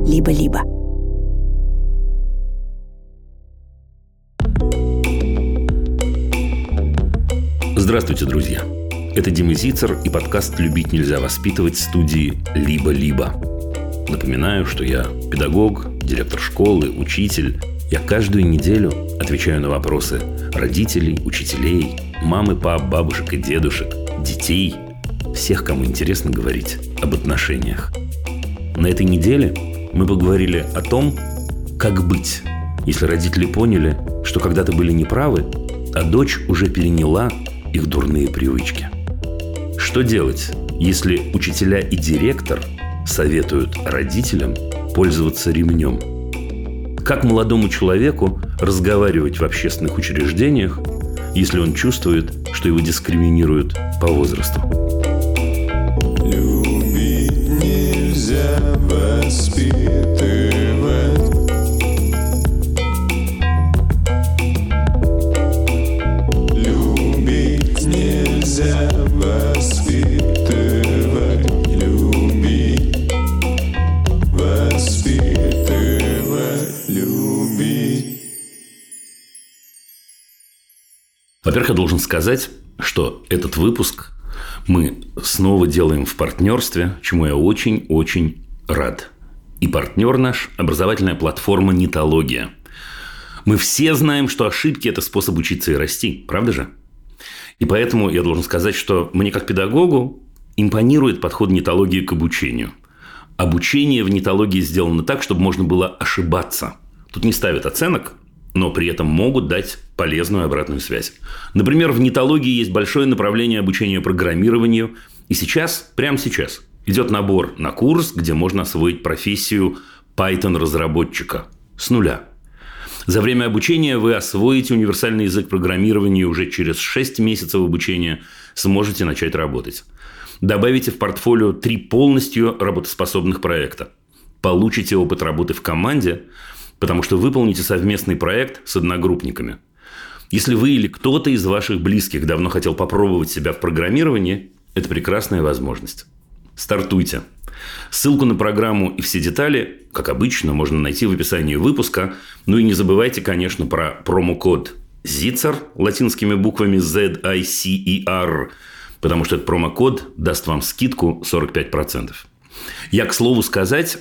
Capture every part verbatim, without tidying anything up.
«Либо-либо». Здравствуйте, друзья! Это Дима Зицер и подкаст «Любить нельзя воспитывать» студии «Либо-либо». Напоминаю, что я педагог, директор школы, учитель. Я каждую неделю отвечаю на вопросы родителей, учителей, мамы, пап, бабушек и дедушек, детей, всех, кому интересно говорить об отношениях. На этой неделе мы поговорили о том, как быть, если родители поняли, что когда-то были неправы, а дочь уже переняла их дурные привычки. Что делать, если учителя и директор советуют родителям пользоваться ремнем? Как молодому человеку разговаривать в общественных учреждениях, если он чувствует, что его дискриминируют по возрасту? Любить нельзя воспитывать. Любить нельзя воспитывать. Любить, воспитывать, любить. Во-первых, я должен сказать, что этот выпуск мы снова делаем в партнерстве, чему я очень-очень рад. И партнер наш – образовательная платформа «Нитология». Мы все знаем, что ошибки – это способ учиться и расти, правда же? И поэтому я должен сказать, что мне как педагогу импонирует подход нитологии к обучению. Обучение в нитологии сделано так, чтобы можно было ошибаться. Тут не ставят оценок, но при этом могут дать полезную обратную связь. Например, в нитологии есть большое направление обучения программированию. И сейчас, прямо сейчас, идет набор на курс, где можно освоить профессию Python-разработчика с нуля. За время обучения вы освоите универсальный язык программирования и уже через шесть месяцев обучения сможете начать работать. Добавите в портфолио три полностью работоспособных проекта. Получите опыт работы в команде, потому что выполните совместный проект с одногруппниками. Если вы или кто-то из ваших близких давно хотел попробовать себя в программировании, это прекрасная возможность. Стартуйте. Ссылку на программу и все детали, как обычно, можно найти в описании выпуска. Ну и не забывайте, конечно, про промокод зицер латинскими буквами зет ай си и ар, потому что этот промокод даст вам скидку сорок пять процентов. Я, к слову сказать,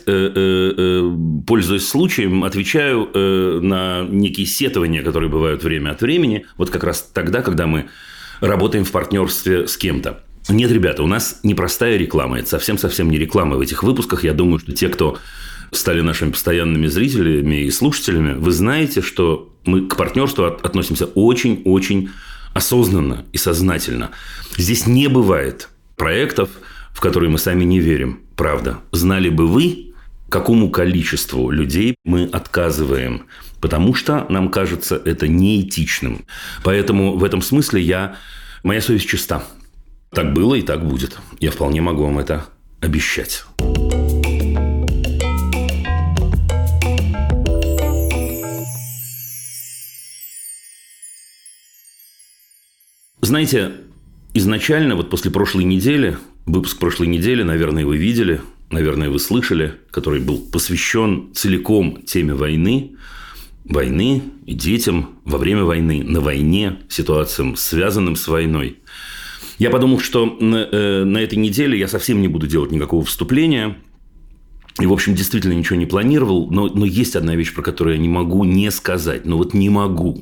пользуясь случаем, отвечаю на некие сетования, которые бывают время от времени, вот как раз тогда, когда мы работаем в партнерстве с кем-то. Нет, ребята, у нас непростая реклама, это совсем-совсем не реклама в этих выпусках. Я думаю, что те, кто стали нашими постоянными зрителями и слушателями, вы знаете, что мы к партнерству относимся очень-очень осознанно и сознательно. Здесь не бывает проектов, в которые мы сами не верим. Правда. Знали бы вы, какому количеству людей мы отказываем, потому что нам кажется это неэтичным. Поэтому в этом смысле я... моя совесть чиста. Так было и так будет. Я вполне могу вам это обещать. Знаете, изначально, вот после прошлой недели, выпуск прошлой недели, наверное, вы видели, наверное, вы слышали, который был посвящен целиком теме войны, войны и детям во время войны, на войне, ситуациям, связанным с войной. Я подумал, что на, на этой неделе я совсем не буду делать никакого вступления. И, в общем, действительно ничего не планировал. Но, но есть одна вещь, про которую я не могу не сказать. Ну, вот не могу.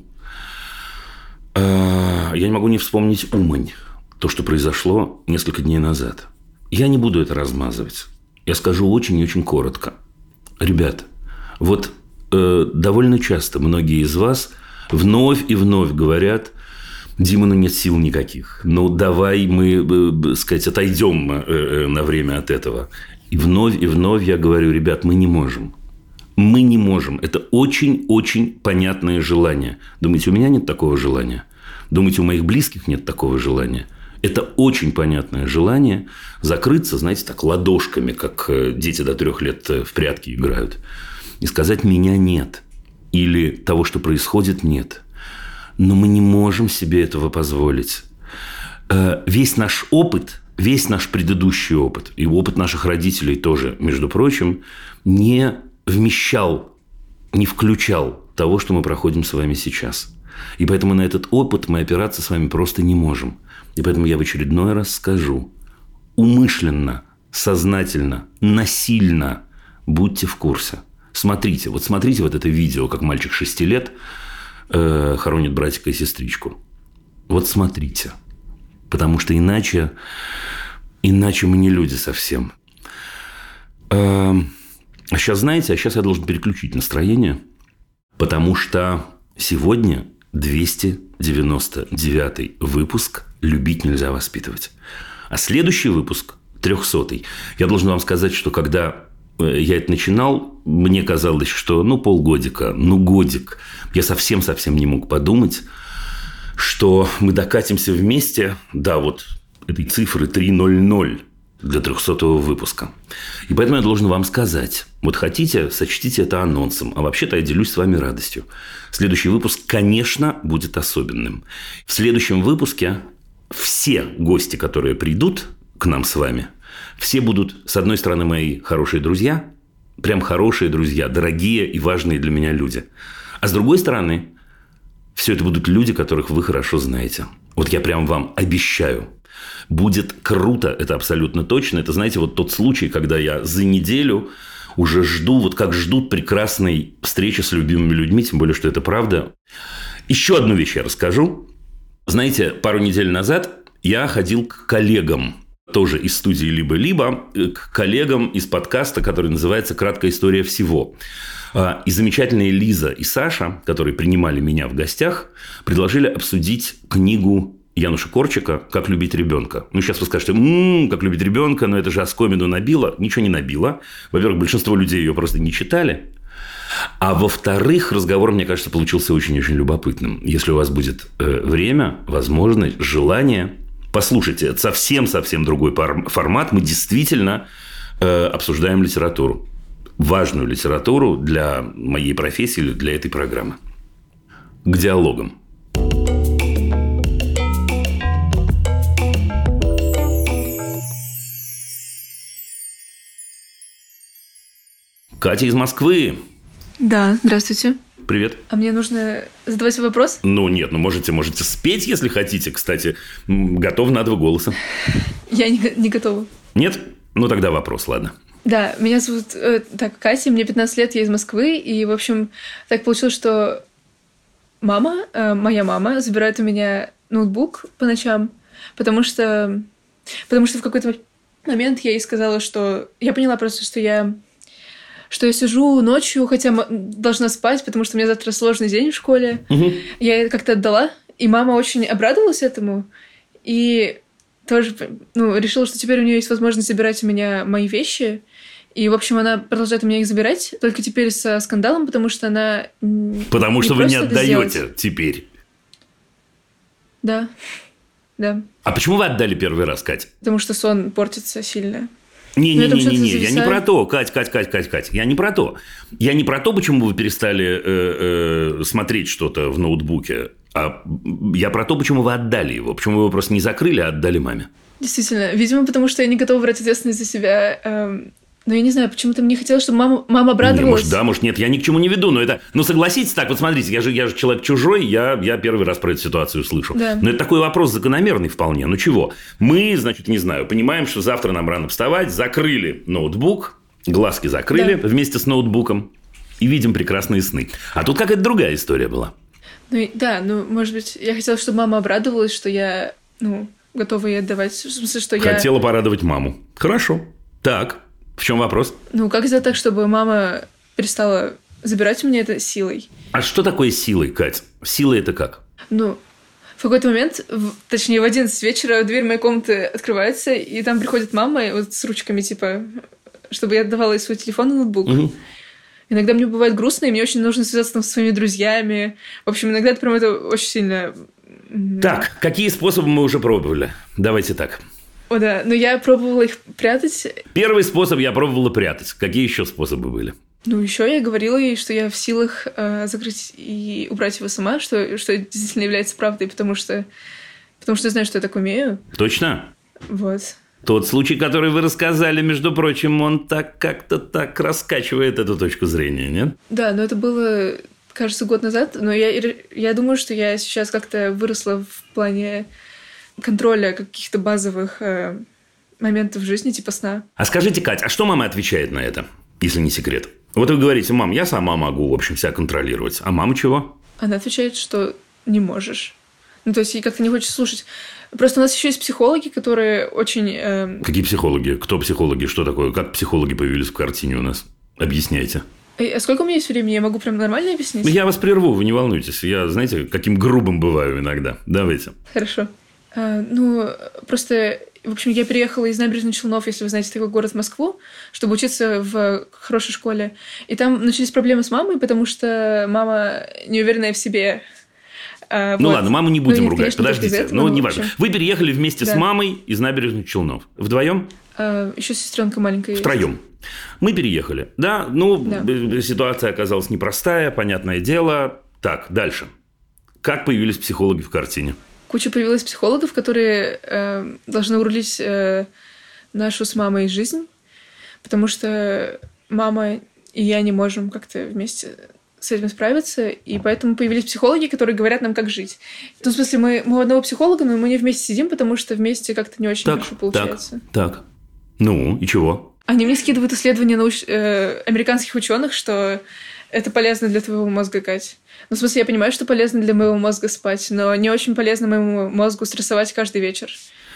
Я не могу не вспомнить Умань. То, что произошло несколько дней назад. Я не буду это размазывать. Я скажу очень и очень коротко. Ребят, вот э, довольно часто многие из вас вновь и вновь говорят: Дима, ну нет сил никаких. Ну, давай мы, э, сказать, отойдем э, на время от этого. И вновь и вновь я говорю: ребят, мы не можем. Мы не можем. Это очень-очень понятное желание. Думаете, у меня нет такого желания? Думаете, у моих близких нет такого желания? Это очень понятное желание закрыться, знаете, так ладошками, как дети до трех лет в прятки играют, и сказать: меня нет. Или того, что происходит, нет. Но мы не можем себе этого позволить. Весь наш опыт, весь наш предыдущий опыт, и опыт наших родителей тоже, между прочим, не вмещал, не включал того, что мы проходим с вами сейчас. И поэтому на этот опыт мы опираться с вами просто не можем. И поэтому я в очередной раз скажу. Умышленно, сознательно, насильно будьте в курсе. Смотрите, вот смотрите вот это видео, как мальчик шести лет э, хоронит братика и сестричку. Вот смотрите. Потому что иначе, иначе мы не люди совсем. Э, а сейчас, знаете, а сейчас я должен переключить настроение, потому что сегодня двести девяносто девятый выпуск «Любить нельзя воспитывать». А следующий выпуск, трехсотый, я должен вам сказать, что когда я это начинал, мне казалось, что ну полгодика, ну годик. Я совсем-совсем не мог подумать, что мы докатимся вместе до вот этой цифры триста для трехсотого выпуска. И поэтому я должен вам сказать, вот хотите, сочтите это анонсом, а вообще-то я делюсь с вами радостью. Следующий выпуск, конечно, будет особенным. В следующем выпуске все гости, которые придут к нам с вами, все будут, с одной стороны, мои хорошие друзья, прям хорошие друзья, дорогие и важные для меня люди. А с другой стороны, все это будут люди, которых вы хорошо знаете. Вот я прям вам обещаю. Будет круто, это абсолютно точно. Это, знаете, вот тот случай, когда я за неделю уже жду, вот как ждут прекрасной встречи с любимыми людьми, тем более, что это правда. Еще одну вещь я расскажу. Знаете, пару недель назад я ходил к коллегам, тоже из студии «Либо-либо», к коллегам из подкаста, который называется «Краткая история всего». И замечательные Лиза и Саша, которые принимали меня в гостях, предложили обсудить книгу Януша Корчика «Как любить ребенка». Ну, сейчас вы скажете, м-м, «Как любить ребенка», но это же оскомину набило. Ничего не набило. Во-первых, большинство людей ее просто не читали. А во-вторых, разговор, мне кажется, получился очень-очень любопытным. Если у вас будет э, время, возможность, желание, послушайте, это совсем-совсем другой формат. Мы действительно э, обсуждаем литературу. Важную литературу для моей профессии или для этой программы. К диалогам. Катя из Москвы. Да, здравствуйте. Привет. А мне нужно задавать вопрос? Ну, нет, ну можете, можете спеть, если хотите. Кстати, готов на два голоса. Я не, не готова. Нет? Ну, тогда вопрос, ладно. Да, меня зовут э, так, Катя, мне пятнадцать лет, я из Москвы. И, в общем, так получилось, что мама, э, моя мама, забирает у меня ноутбук по ночам, потому что, потому что в какой-то момент я ей сказала, что... Я поняла просто, что я... что я сижу ночью, хотя должна спать, потому что у меня завтра сложный день в школе. Угу. Я ей как-то отдала, и мама очень обрадовалась этому. И тоже ну, решила, что теперь у нее есть возможность забирать у меня мои вещи. И, в общем, она продолжает у меня их забирать, только теперь со скандалом, потому что она... Потому что вы не отдаете теперь. Да, да. А почему вы отдали первый раз, Кать? Потому что сон портится сильно. Не-не-не, я не про то, Кать, Кать, Кать, Кать, Кать, я не про то. Я не про то, почему вы перестали э, э, смотреть что-то в ноутбуке, а я про то, почему вы отдали его, почему вы его просто не закрыли, а отдали маме. Действительно, видимо, потому что я не готова брать ответственность за себя. Эм... Но я не знаю, почему-то мне хотелось, чтобы мама, мама обрадовалась. Не, может, да, может, нет, я ни к чему не веду, но это... Ну, согласитесь так, вот смотрите, я же, я же человек чужой, я, я первый раз про эту ситуацию слышу. Да. Но это такой вопрос закономерный вполне. Ну, чего? Мы, значит, не знаю, понимаем, что завтра нам рано вставать, закрыли ноутбук, глазки закрыли да. вместе с ноутбуком и видим прекрасные сны. А тут какая-то другая история была. Ну, да, ну, может быть, я хотела, чтобы мама обрадовалась, что я, ну, готова ей отдавать. В смысле, что я... Хотела порадовать маму. Хорошо. Так... В чем вопрос? Ну, как сделать так, чтобы мама перестала забирать у меня это силой? А что такое силой, Кать? Силой это как? Ну, в какой-то момент, в, точнее, в одиннадцать вечера дверь моей комнаты открывается, и там приходит мама вот с ручками, типа, чтобы я отдавала ей свой телефон и ноутбук. Угу. Иногда мне бывает грустно, и мне очень нужно связаться там со своими друзьями. В общем, иногда это прям это очень сильно... Так, какие способы мы уже пробовали? Давайте так. О, да, но я пробовала их прятать. Первый способ я пробовала прятать. Какие еще способы были? Ну, еще я говорила ей, что я в силах э, закрыть и убрать его сама, что, что действительно является правдой, потому что, потому что я знаю, что я так умею. Точно? Вот. Тот случай, который вы рассказали, между прочим, он так как-то так раскачивает эту точку зрения, нет? Да, но это было, кажется, год назад. Но я, я думаю, что я сейчас как-то выросла в плане контроля каких-то базовых э, моментов в жизни, типа сна. А скажите, Кать, а что мама отвечает на это, если не секрет? Вот вы говорите: мам, я сама могу, в общем, себя контролировать. А мама чего? Она отвечает, что не можешь. Ну, то есть, ей как-то не хочется слушать. Просто у нас еще есть психологи, которые очень... Э... Какие психологи? Кто психологи? Что такое? Как психологи появились в картине у нас? Объясняйте. А сколько у меня есть времени? Я могу прям нормально объяснить? Я вас прерву, вы не волнуйтесь. Я, знаете, каким грубым бываю иногда. Давайте. Хорошо. А, ну, просто... В общем, я переехала из Набережных Челнов, если вы знаете такой город, в Москву, чтобы учиться в хорошей школе. И там начались проблемы с мамой, потому что мама неуверенная в себе. А, ну вот. ладно, маму не будем ну, нет, ругать. конечно, Подождите. этого, Ну, ну, неважно. Вы переехали вместе да. с мамой из Набережных Челнов. Вдвоем? А, еще сестренка маленькая. Втроем. Мы переехали. Да, ну, да. Ситуация оказалась непростая, понятное дело. Так, дальше. Как появились психологи в картине? Куча появилась психологов, которые э, должны урулить э, нашу с мамой жизнь, потому что мама и я не можем как-то вместе с этим справиться, и поэтому появились психологи, которые говорят нам, как жить. Ну, в смысле, мы, мы у одного психолога, но мы не вместе сидим, потому что вместе как-то не очень так, хорошо получается. Так, так. Ну, и чего? Они мне скидывают исследования науч... э, американских ученых, что это полезно для твоего мозга, Кать. Ну, в смысле, я понимаю, что полезно для моего мозга спать, но не очень полезно моему мозгу стрессовать каждый вечер.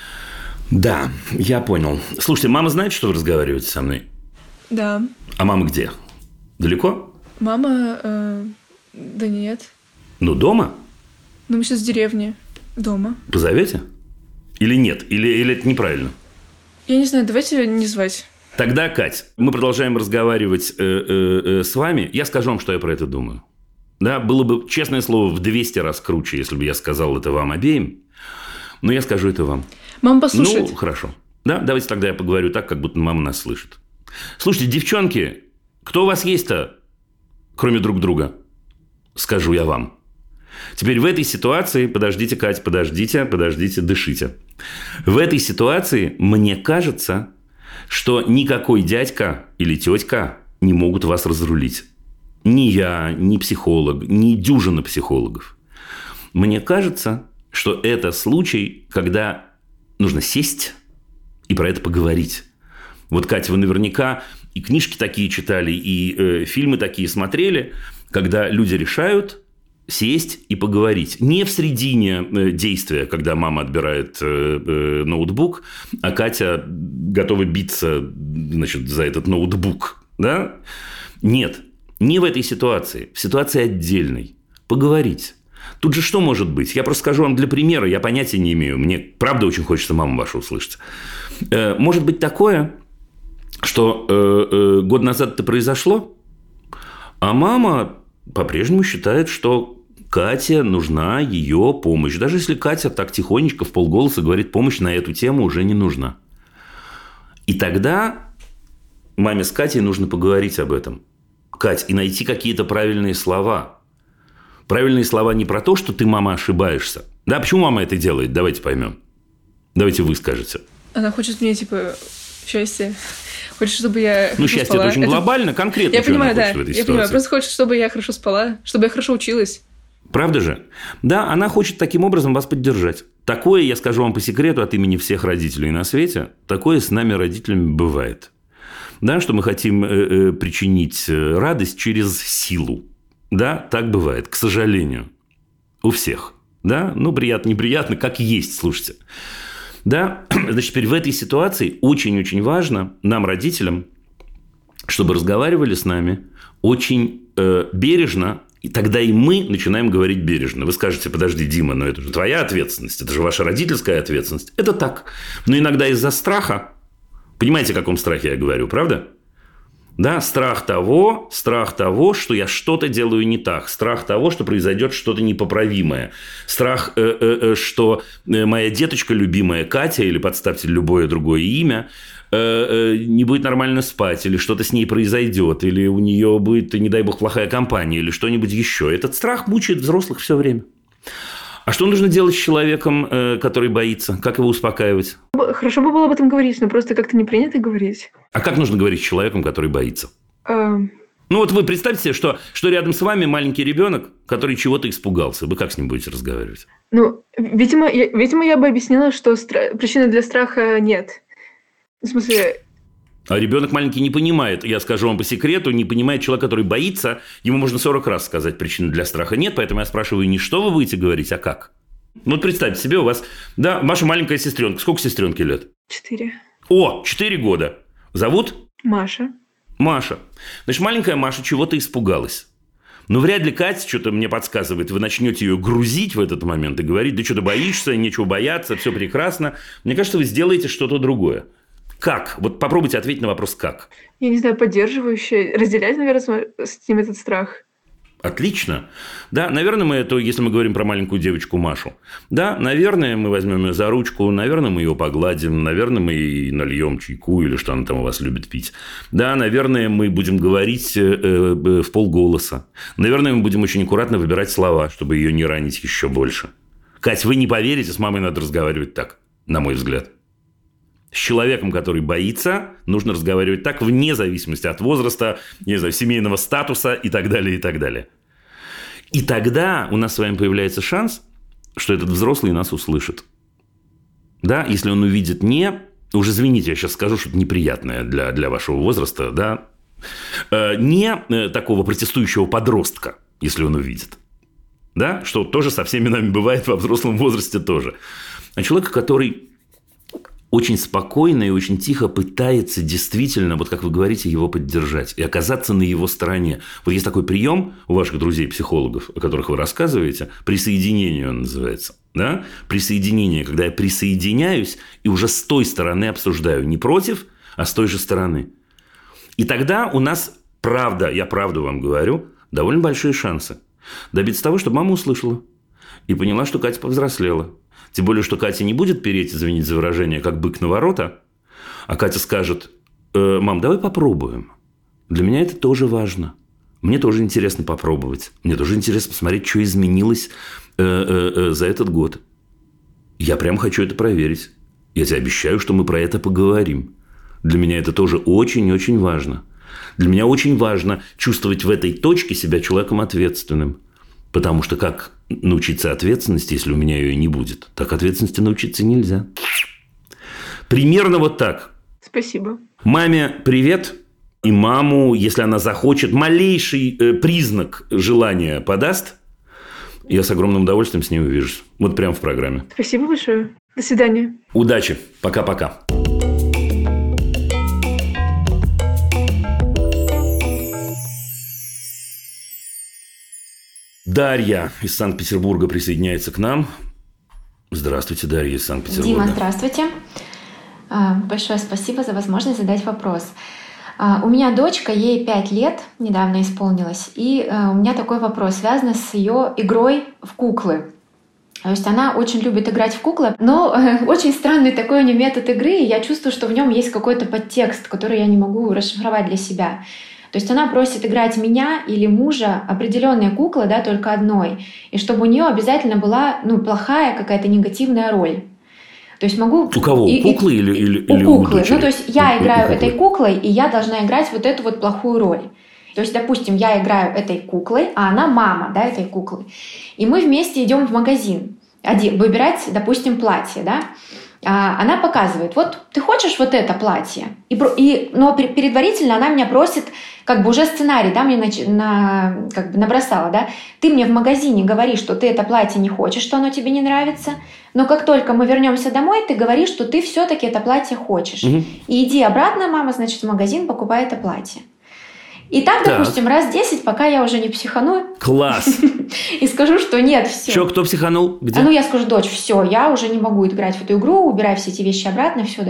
Да, я понял. Слушайте, мама знает, что вы разговариваете со мной? Да. А мама где? Далеко? Мама... Э, да нет. Ну, дома? Ну, мы сейчас в деревне. Дома. Позовете? Или нет? Или, или это неправильно? Я не знаю, давайте не звать. Тогда, Кать, мы продолжаем разговаривать э, э, э, с вами. Я скажу вам, что я про это думаю. Да, было бы, честное слово, в двести раз круче, если бы я сказал это вам обеим. Но я скажу это вам. Мама послушает. Ну, хорошо. Да, давайте тогда я поговорю так, как будто мама нас слышит. Слушайте, девчонки, кто у вас есть-то, кроме друг друга? Скажу я вам. Теперь в этой ситуации... Подождите, Кать, подождите, подождите, дышите. В этой ситуации мне кажется, что никакой дядька или тетка не могут вас разрулить. Ни я, ни психолог, ни дюжина психологов. Мне кажется, что это случай, когда нужно сесть и про это поговорить. Вот, Катя, вы наверняка и книжки такие читали, и э, фильмы такие смотрели, когда люди решают сесть и поговорить. Не в середине э, действия, когда мама отбирает э, э, ноутбук, а Катя готова биться, значит, за этот ноутбук. Да? Нет. Не в этой ситуации, в ситуации отдельной. Поговорить. Тут же что может быть? Я просто скажу вам для примера, я понятия не имею. Мне правда очень хочется маму вашу услышать. Э, может быть такое, что э, э, год назад это произошло, а мама по-прежнему считает, что Кате нужна ее помощь. Даже если Катя так тихонечко в полголоса говорит, помощь на эту тему уже не нужна. И тогда маме с Катей нужно поговорить об этом. Кать, и найти какие-то правильные слова. Правильные слова не про то, что ты, мама, ошибаешься. Да, почему мама это делает? Давайте поймем. Давайте вы скажете. Она хочет мне, типа, счастья. Хочет, чтобы я Ну, счастье спала. это очень глобально, конкретно. Я понимаю, она да. хочет в этой Я ситуации. понимаю, просто хочет, чтобы я хорошо спала, чтобы я хорошо училась. Правда же? Да, она хочет таким образом вас поддержать. Такое, я скажу вам по секрету от имени всех родителей на свете, такое с нами, родителями, бывает. Да, что мы хотим э, э, причинить радость через силу. Да, так бывает, к сожалению. У всех. Да, ну, приятно, неприятно, как есть, слушайте. Да, значит, теперь в этой ситуации очень-очень важно нам, родителям, чтобы разговаривали с нами очень э, бережно, и тогда и мы начинаем говорить бережно. Вы скажете, подожди, Дима, но это же твоя ответственность, это же ваша родительская ответственность. Это так. Но иногда из-за страха, понимаете, о каком страхе я говорю, правда? Да, страх того, страх того, что я что-то делаю не так. Страх того, что произойдет что-то непоправимое. Страх, э, э, что моя деточка любимая Катя, или подставьте любое другое имя, э, э, не будет нормально спать, или что-то с ней произойдет, или у нее будет, не дай бог, плохая компания, или что-нибудь еще. Этот страх мучает взрослых все время. А что нужно делать с человеком, который боится? Как его успокаивать? Хорошо бы было об этом говорить, но просто как-то не принято говорить. А как нужно говорить с человеком, который боится? А... Ну вот вы представьте себе, что, что рядом с вами маленький ребенок, который чего-то испугался. Вы как с ним будете разговаривать? Ну, видимо, я, видимо, я бы объяснила, что стра... причины для страха нет. В смысле... А ребенок маленький не понимает, я скажу вам по секрету, не понимает человек, который боится, ему можно сорок раз сказать, причины для страха нет, поэтому я спрашиваю не что вы будете говорить, а как. Ну вот представьте себе, у вас, да, ваша маленькая сестренка, сколько сестренке лет? Четыре. О, четыре года. Зовут? Маша. Маша. Значит, маленькая Маша чего-то испугалась. Но вряд ли Катя, что-то мне подсказывает, вы начнете ее грузить в этот момент и говорить, да что ты боишься, нечего бояться, все прекрасно. Мне кажется, вы сделаете что-то другое. Как? Вот попробуйте ответить на вопрос «как». Я не знаю, поддерживающее, разделять, наверное, с ним этот страх. Отлично. Да, наверное, мы это, если мы говорим про маленькую девочку Машу, да, наверное, мы возьмем ее за ручку, наверное, мы ее погладим, наверное, мы ей нальем чайку или что она там у вас любит пить. Да, наверное, мы будем говорить э, э, в полголоса. Наверное, мы будем очень аккуратно выбирать слова, чтобы ее не ранить еще больше. Кать, вы не поверите, с мамой надо разговаривать так, на мой взгляд. С человеком, который боится, нужно разговаривать так, вне зависимости от возраста, не знаю, семейного статуса и так далее, и так далее. И тогда у нас с вами появляется шанс, что этот взрослый нас услышит. Да, если он увидит не... Уже извините, я сейчас скажу что-то неприятное для, для вашего возраста, да, не такого протестующего подростка, если он увидит. Да, что тоже со всеми нами бывает во взрослом возрасте тоже. А человека, который... очень спокойно и очень тихо пытается действительно, вот как вы говорите, его поддержать и оказаться на его стороне. Вот есть такой прием у ваших друзей-психологов, о которых вы рассказываете, присоединение он называется. Да? Присоединение, когда я присоединяюсь и уже с той стороны обсуждаю, не против, а с той же стороны. И тогда у нас, правда, я правду вам говорю, довольно большие шансы добиться того, чтобы мама услышала и поняла, что Катя повзрослела. Тем более, что Катя не будет переть, извините за выражение, как бык на ворота, а Катя скажет: э, мам, давай попробуем. Для меня это тоже важно. Мне тоже интересно попробовать. Мне тоже интересно посмотреть, что изменилось э, э, э, за этот год. Я прям хочу это проверить. Я тебе обещаю, что мы про это поговорим. Для меня это тоже очень-очень важно. Для меня очень важно чувствовать в этой точке себя человеком ответственным. Потому что как научиться ответственности, если у меня ее не будет? Так ответственности научиться нельзя. Примерно вот так. Спасибо. Маме привет. И маму, если она захочет, малейший э, признак желания подаст, я с огромным удовольствием с ней увижусь. Вот прямо в программе. Спасибо большое. До свидания. Удачи. Пока-пока. Дарья из Санкт-Петербурга присоединяется к нам. Здравствуйте, Дарья из Санкт-Петербурга. Дима, здравствуйте. Большое спасибо за возможность задать вопрос. У меня дочка, ей пять лет, недавно исполнилось, и у меня такой вопрос, связанный с ее игрой в куклы. То есть она очень любит играть в куклы, но очень странный такой у нее метод игры, и я чувствую, что в нем есть какой-то подтекст, который я не могу расшифровать для себя. То есть она просит играть меня или мужа определенной куклы, да, только одной, и чтобы у нее обязательно была, ну, плохая какая-то негативная роль. То есть могу... У кого? У куклы или, или, у или куклы. у дочери? Ну, то есть я у, играю у этой куклой, и я должна играть вот эту вот плохую роль. То есть, допустим, я играю этой куклой, а она мама, да, этой куклы. И мы вместе идем в магазин один, выбирать, допустим, платье, да. А она показывает: вот ты хочешь вот это платье? И, и, но предварительно она меня просит, как бы уже сценарий, да, мне на, на, как бы набросала, да. Ты мне в магазине говоришь, что ты это платье не хочешь, что оно тебе не нравится, но как только мы вернемся домой, ты говоришь, что ты все-таки это платье хочешь. Угу. И иди обратно, мама, значит, в магазин, покупай это платье. И так, так, допустим, раз десять, пока я уже не психану. Класс! И скажу, что нет, все. Что, кто психанул? Где? А ну, я скажу: дочь, все, я уже не могу играть в эту игру, убирай все эти вещи обратно, все, давай.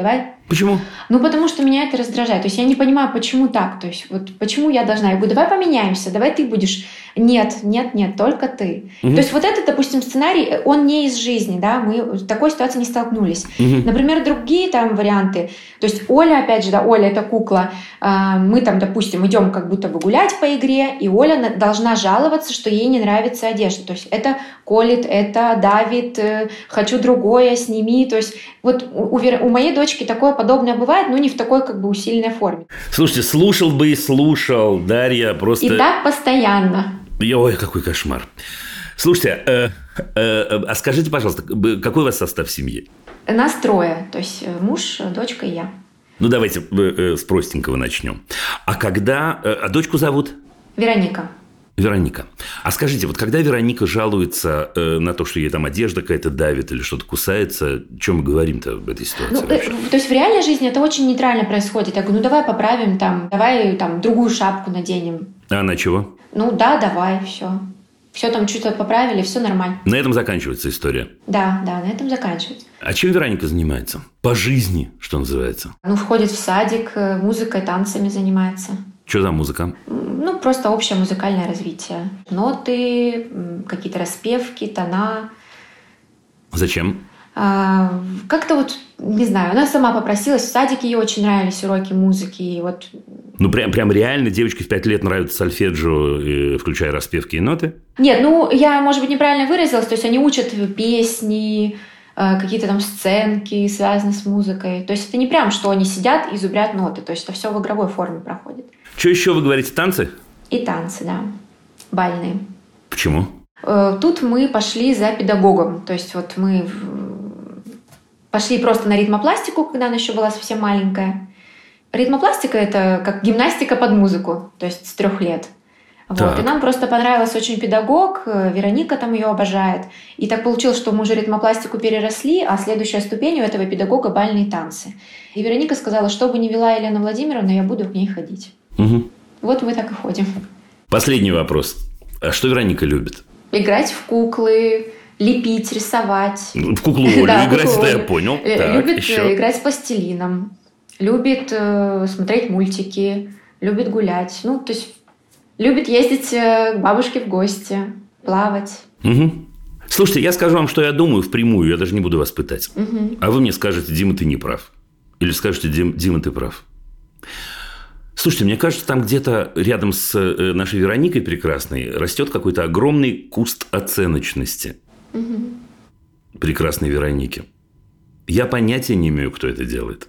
Почему? Ну, потому что меня это раздражает. То есть я не понимаю, почему так. То есть вот почему я должна? Я говорю, давай поменяемся, давай ты будешь. Нет, нет, нет, только ты. Угу. То есть вот этот, допустим, сценарий, он не из жизни, да, мы в такой ситуации не столкнулись. Угу. Например, другие там варианты. То есть Оля, опять же, да, Оля это кукла. Мы там, допустим, идем как будто бы гулять по игре, и Оля должна жаловаться, что ей не нравится одежда. То есть это колет, это давит, хочу другое, сними. То есть вот у, у моей дочки такое подобное бывает, но не в такой как бы усиленной форме. Слушайте, слушал бы и слушал, Дарья, просто... И так постоянно. Ой, какой кошмар. Слушайте, э, э, а скажите, пожалуйста, какой у вас состав семьи? Нас трое, то есть муж, дочка и я. Ну, давайте э, с простенького начнем. А когда... Э, а дочку зовут? Вероника. Вероника. А скажите, вот когда Вероника жалуется э, на то, что ей там одежда какая-то давит или что-то кусается, что мы говорим-то в этой ситуации? Ну, э, то есть в реальной жизни это очень нейтрально происходит. Я говорю, ну давай поправим, там, давай там другую шапку наденем. А она чего? Ну да, давай, все. Все там что-то поправили, все нормально. На этом заканчивается история? Да, да, на этом заканчивается. А чем Вероника занимается? По жизни, что называется? Ну, входит в садик, музыкой, танцами занимается. Что за музыка? Ну, просто общее музыкальное развитие. Ноты, какие-то распевки, тона. Зачем? А, как-то вот, не знаю, она сама попросилась. В садике ей очень нравились уроки музыки. И вот... Ну, прям, прям реально девочке в пять лет нравится сольфеджио, включая распевки и ноты? Нет, ну, я, может быть, неправильно выразилась. То есть они учат песни, какие-то там сценки, связанные с музыкой. То есть это не прям, что они сидят и зубрят ноты. То есть это все в игровой форме проходит. Что еще вы говорите, танцы? И танцы, да, бальные. Почему? Тут мы пошли за педагогом. То есть вот мы пошли просто на ритмопластику, когда она еще была совсем маленькая. Ритмопластика – это как гимнастика под музыку, то есть с трех лет. Вот. И нам просто понравился очень педагог, Вероника там ее обожает. И так получилось, что мы уже ритмопластику переросли, а следующая ступень у этого педагога – бальные танцы. И Вероника сказала, что бы ни вела Елена Владимировна, я буду к ней ходить. Угу. Вот мы так и ходим. Последний вопрос. А что Вероника любит? Играть в куклы, лепить, рисовать. В куклу Олю да, играть, куклу это Олю. я понял. Любит так, еще. играть с пластилином. Любит э, смотреть мультики. Любит гулять. Ну, то есть любит ездить э, к бабушке в гости, плавать. Угу. Слушайте, я скажу вам, что я думаю впрямую. Я даже не буду вас пытать. Угу. А вы мне скажете, Дима, ты не прав. Или скажете, Дим, Дима, ты прав. Слушайте, мне кажется, там где-то рядом с нашей Вероникой прекрасной растет какой-то огромный куст оценочности. Угу. Прекрасной Вероники. Я понятия не имею, кто это делает.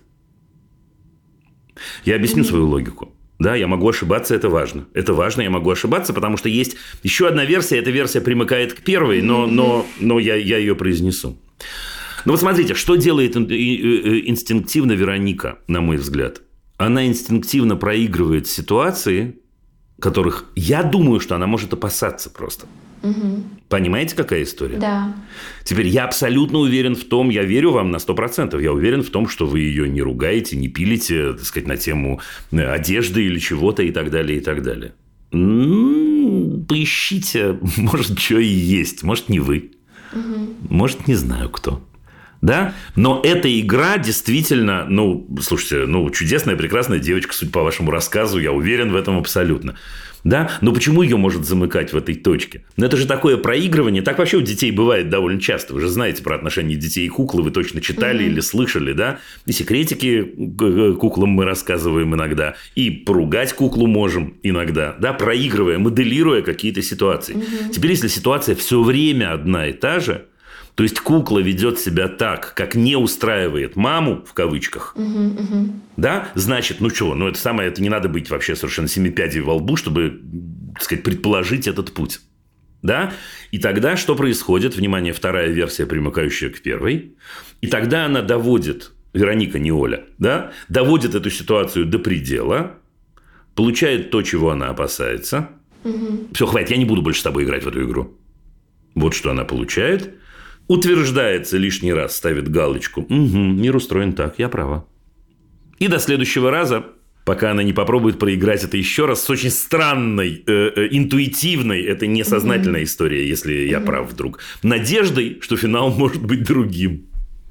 Я объясню угу. свою логику. Да, я могу ошибаться, это важно. Это важно, я могу ошибаться, потому что есть еще одна версия. Эта версия примыкает к первой, но, но, но я, я ее произнесу. Ну вот смотрите, что делает инстинктивно Вероника, на мой взгляд. Она инстинктивно проигрывает ситуации, которых я думаю, что она может опасаться просто. Угу. Понимаете, какая история? Да. Теперь я абсолютно уверен в том, я верю вам на сто процентов, я уверен в том, что вы ее не ругаете, не пилите, так сказать, на тему одежды или чего-то и так далее, и так далее. М-м, поищите, может, что и есть, может, не вы, угу. может, не знаю кто. Да? Но эта игра действительно, ну, слушайте, ну, чудесная, прекрасная девочка, судя по вашему рассказу, я уверен в этом абсолютно. Да? Но почему ее может замыкать в этой точке? Ну, это же такое проигрывание. Так вообще у детей бывает довольно часто. Вы же знаете про отношения детей и куклы, вы точно читали mm-hmm. или слышали, да? И секретики куклам мы рассказываем иногда, и поругать куклу можем иногда, да? Проигрывая, моделируя какие-то ситуации. Mm-hmm. Теперь, если ситуация все время одна и та же, то есть кукла ведет себя так, как не устраивает маму, в кавычках, uh-huh, uh-huh. да, значит, ну что, ну это самое, это не надо быть вообще совершенно семипядей во лбу, чтобы, так сказать, предположить этот путь. Да? И тогда что происходит? Внимание, вторая версия, примыкающая к первой. И тогда она доводит, Вероника, не Оля, да, доводит эту ситуацию до предела, получает то, чего она опасается. Uh-huh. Все, хватит, я не буду больше с тобой играть в эту игру. Вот что она получает. Утверждается лишний раз, ставит галочку. Угу, мир устроен так, я права. И до следующего раза, пока она не попробует проиграть это еще раз с очень странной, э, э, интуитивной, это несознательная mm-hmm. история, если mm-hmm. я прав вдруг, надеждой, что финал может быть другим.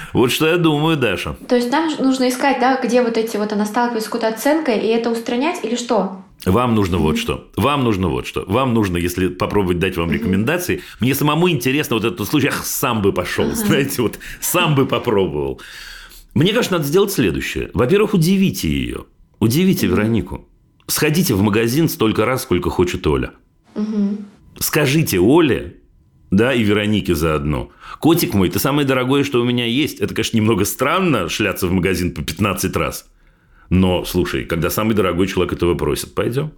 Вот что я думаю, Даша. То есть нам нужно искать, да, где вот эти вот она сталкивается с какой-то оценкой, и это устранять или что? Вам нужно вот что. Вам нужно вот что. Вам нужно, если попробовать дать вам рекомендации, мне самому интересно вот этот случай, ах, сам бы пошел, знаете, вот сам бы попробовал. Мне кажется, надо сделать следующее. Во-первых, удивите ее. Удивите Веронику. Сходите в магазин столько раз, сколько хочет Оля. Скажите Оле, да, и Веронике заодно: котик мой, ты самое дорогое, что у меня есть. Это, конечно, немного странно шляться в магазин по пятнадцать раз. Но, слушай, когда самый дорогой человек этого просит, пойдем.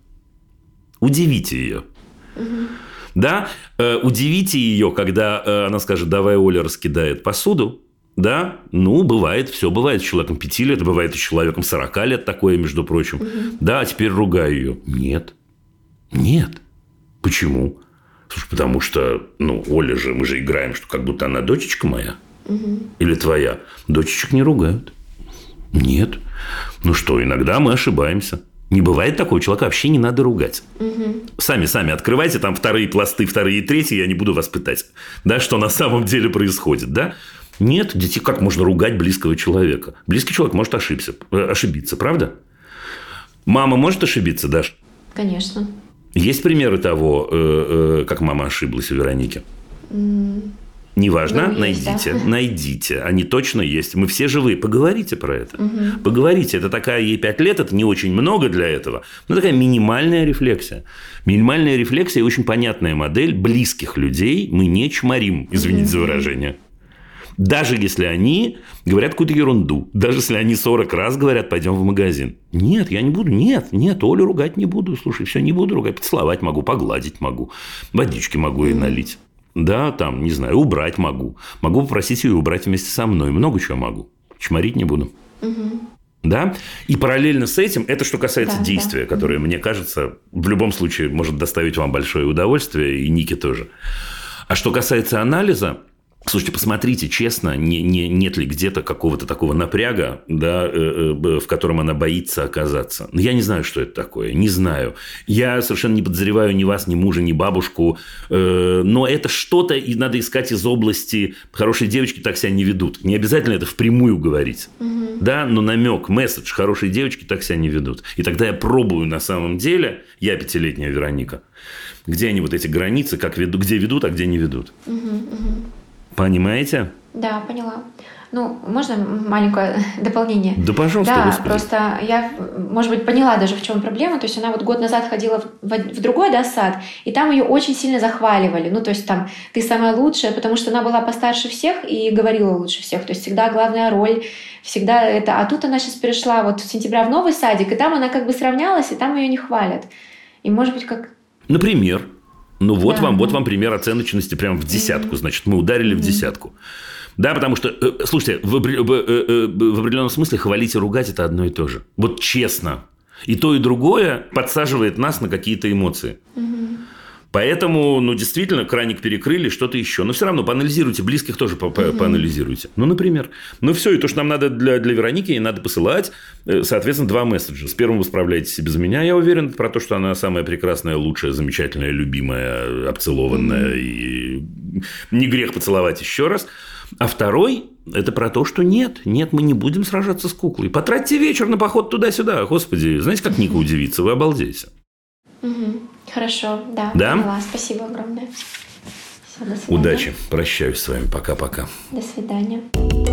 Удивите ее. Угу. Да, э, удивите ее, когда э, она скажет: давай, Оля раскидает посуду. Да, ну, бывает, все бывает с человеком пяти лет, бывает и с человеком сорока лет такое, между прочим. Угу. Да, а теперь ругаю ее. Нет. Нет. Почему? Слушай, потому что, ну, Оля же, мы же играем, что как будто она дочечка моя. Угу. Или твоя. Дочечек не ругают. Нет. Ну что, иногда мы ошибаемся. Не бывает такого, человека вообще не надо ругать. Угу. Сами-сами открывайте там вторые пласты, вторые и третьи, я не буду вас пытать. Да, что на самом деле происходит, да? Нет, детей, как можно ругать близкого человека? Близкий человек может ошибиться, ошибиться, правда? Мама может ошибиться, Даш? Конечно. Есть примеры того, как мама ошиблась у Вероники? Mm. Неважно, ну, найдите, есть, да. найдите. Они точно есть. Мы все живые. Поговорите про это. Угу. Поговорите. Это такая, ей пять лет, это не очень много для этого. Но такая минимальная рефлексия. Минимальная рефлексия и очень понятная модель. Близких людей мы не чморим, извините угу. за выражение. Даже если они говорят какую-то ерунду. Даже если они сорок раз говорят: пойдем в магазин. Нет, я не буду. Нет, нет, Олю ругать не буду. Слушай, все, не буду ругать. Поцеловать могу, погладить могу. Водички могу ей налить. Да, там, не знаю, убрать могу. Могу попросить ее убрать вместе со мной. Много чего могу. Чморить не буду. Угу. Да? И параллельно с этим, это что касается да, действия, да. которое, мне кажется, в любом случае может доставить вам большое удовольствие, и Нике тоже. А что касается анализа, слушайте, посмотрите, честно, не, не, нет ли где-то какого-то такого напряга, да, э, э, в котором она боится оказаться. Я не знаю, что это такое, не знаю. Я совершенно не подозреваю ни вас, ни мужа, ни бабушку, э, но это что-то, и надо искать из области «хорошие девочки так себя не ведут». Не обязательно это впрямую говорить, угу. да, но намек, месседж «хорошие девочки так себя не ведут». И тогда я пробую на самом деле, я пятилетняя Вероника, где они вот эти границы, как ведут, где ведут, а где не ведут. Угу, угу. Понимаете? Да, поняла. Ну, можно маленькое дополнение? Да, пожалуйста, Да, Господи. Просто я, может быть, поняла даже, в чем проблема. То есть, она вот год назад ходила в, в другой, да, сад, и там ее очень сильно захваливали. Ну, то есть, там, ты самая лучшая, потому что она была постарше всех и говорила лучше всех. То есть, всегда главная роль, всегда это. А тут она сейчас перешла вот в сентября в новый садик, и там она как бы сравнялась, и там ее не хвалят. И, может быть, как... Например... Ну, вот, да, вам, да. вот вам пример оценочности прямо в десятку. Mm-hmm. Значит, мы ударили mm-hmm. в десятку. Да, потому что, э, слушайте, в, в, в, в определенном смысле хвалить и ругать – это одно и то же. Вот честно. И то, и другое подсаживает нас на какие-то эмоции. Mm-hmm. Поэтому, ну, действительно, краник перекрыли, что-то еще. Но все равно поанализируйте, близких тоже по- по- mm-hmm. поанализируйте. Ну, например. Ну, все, и то, что нам надо для, для Вероники, ей надо посылать, соответственно, два месседжа. С первым вы справляетесь и без меня, я уверен, про то, что она самая прекрасная, лучшая, замечательная, любимая, обцелованная. Mm-hmm. И не грех поцеловать еще раз. А второй – это про то, что нет, нет, мы не будем сражаться с куклой. Потратьте вечер на поход туда-сюда. Господи, знаете, как Ника удивится? Вы обалдеете. Угу. Хорошо, да, да? Поняла. Спасибо огромное. Все, до свидания. Удачи. Прощаюсь с вами. Пока-пока. До свидания.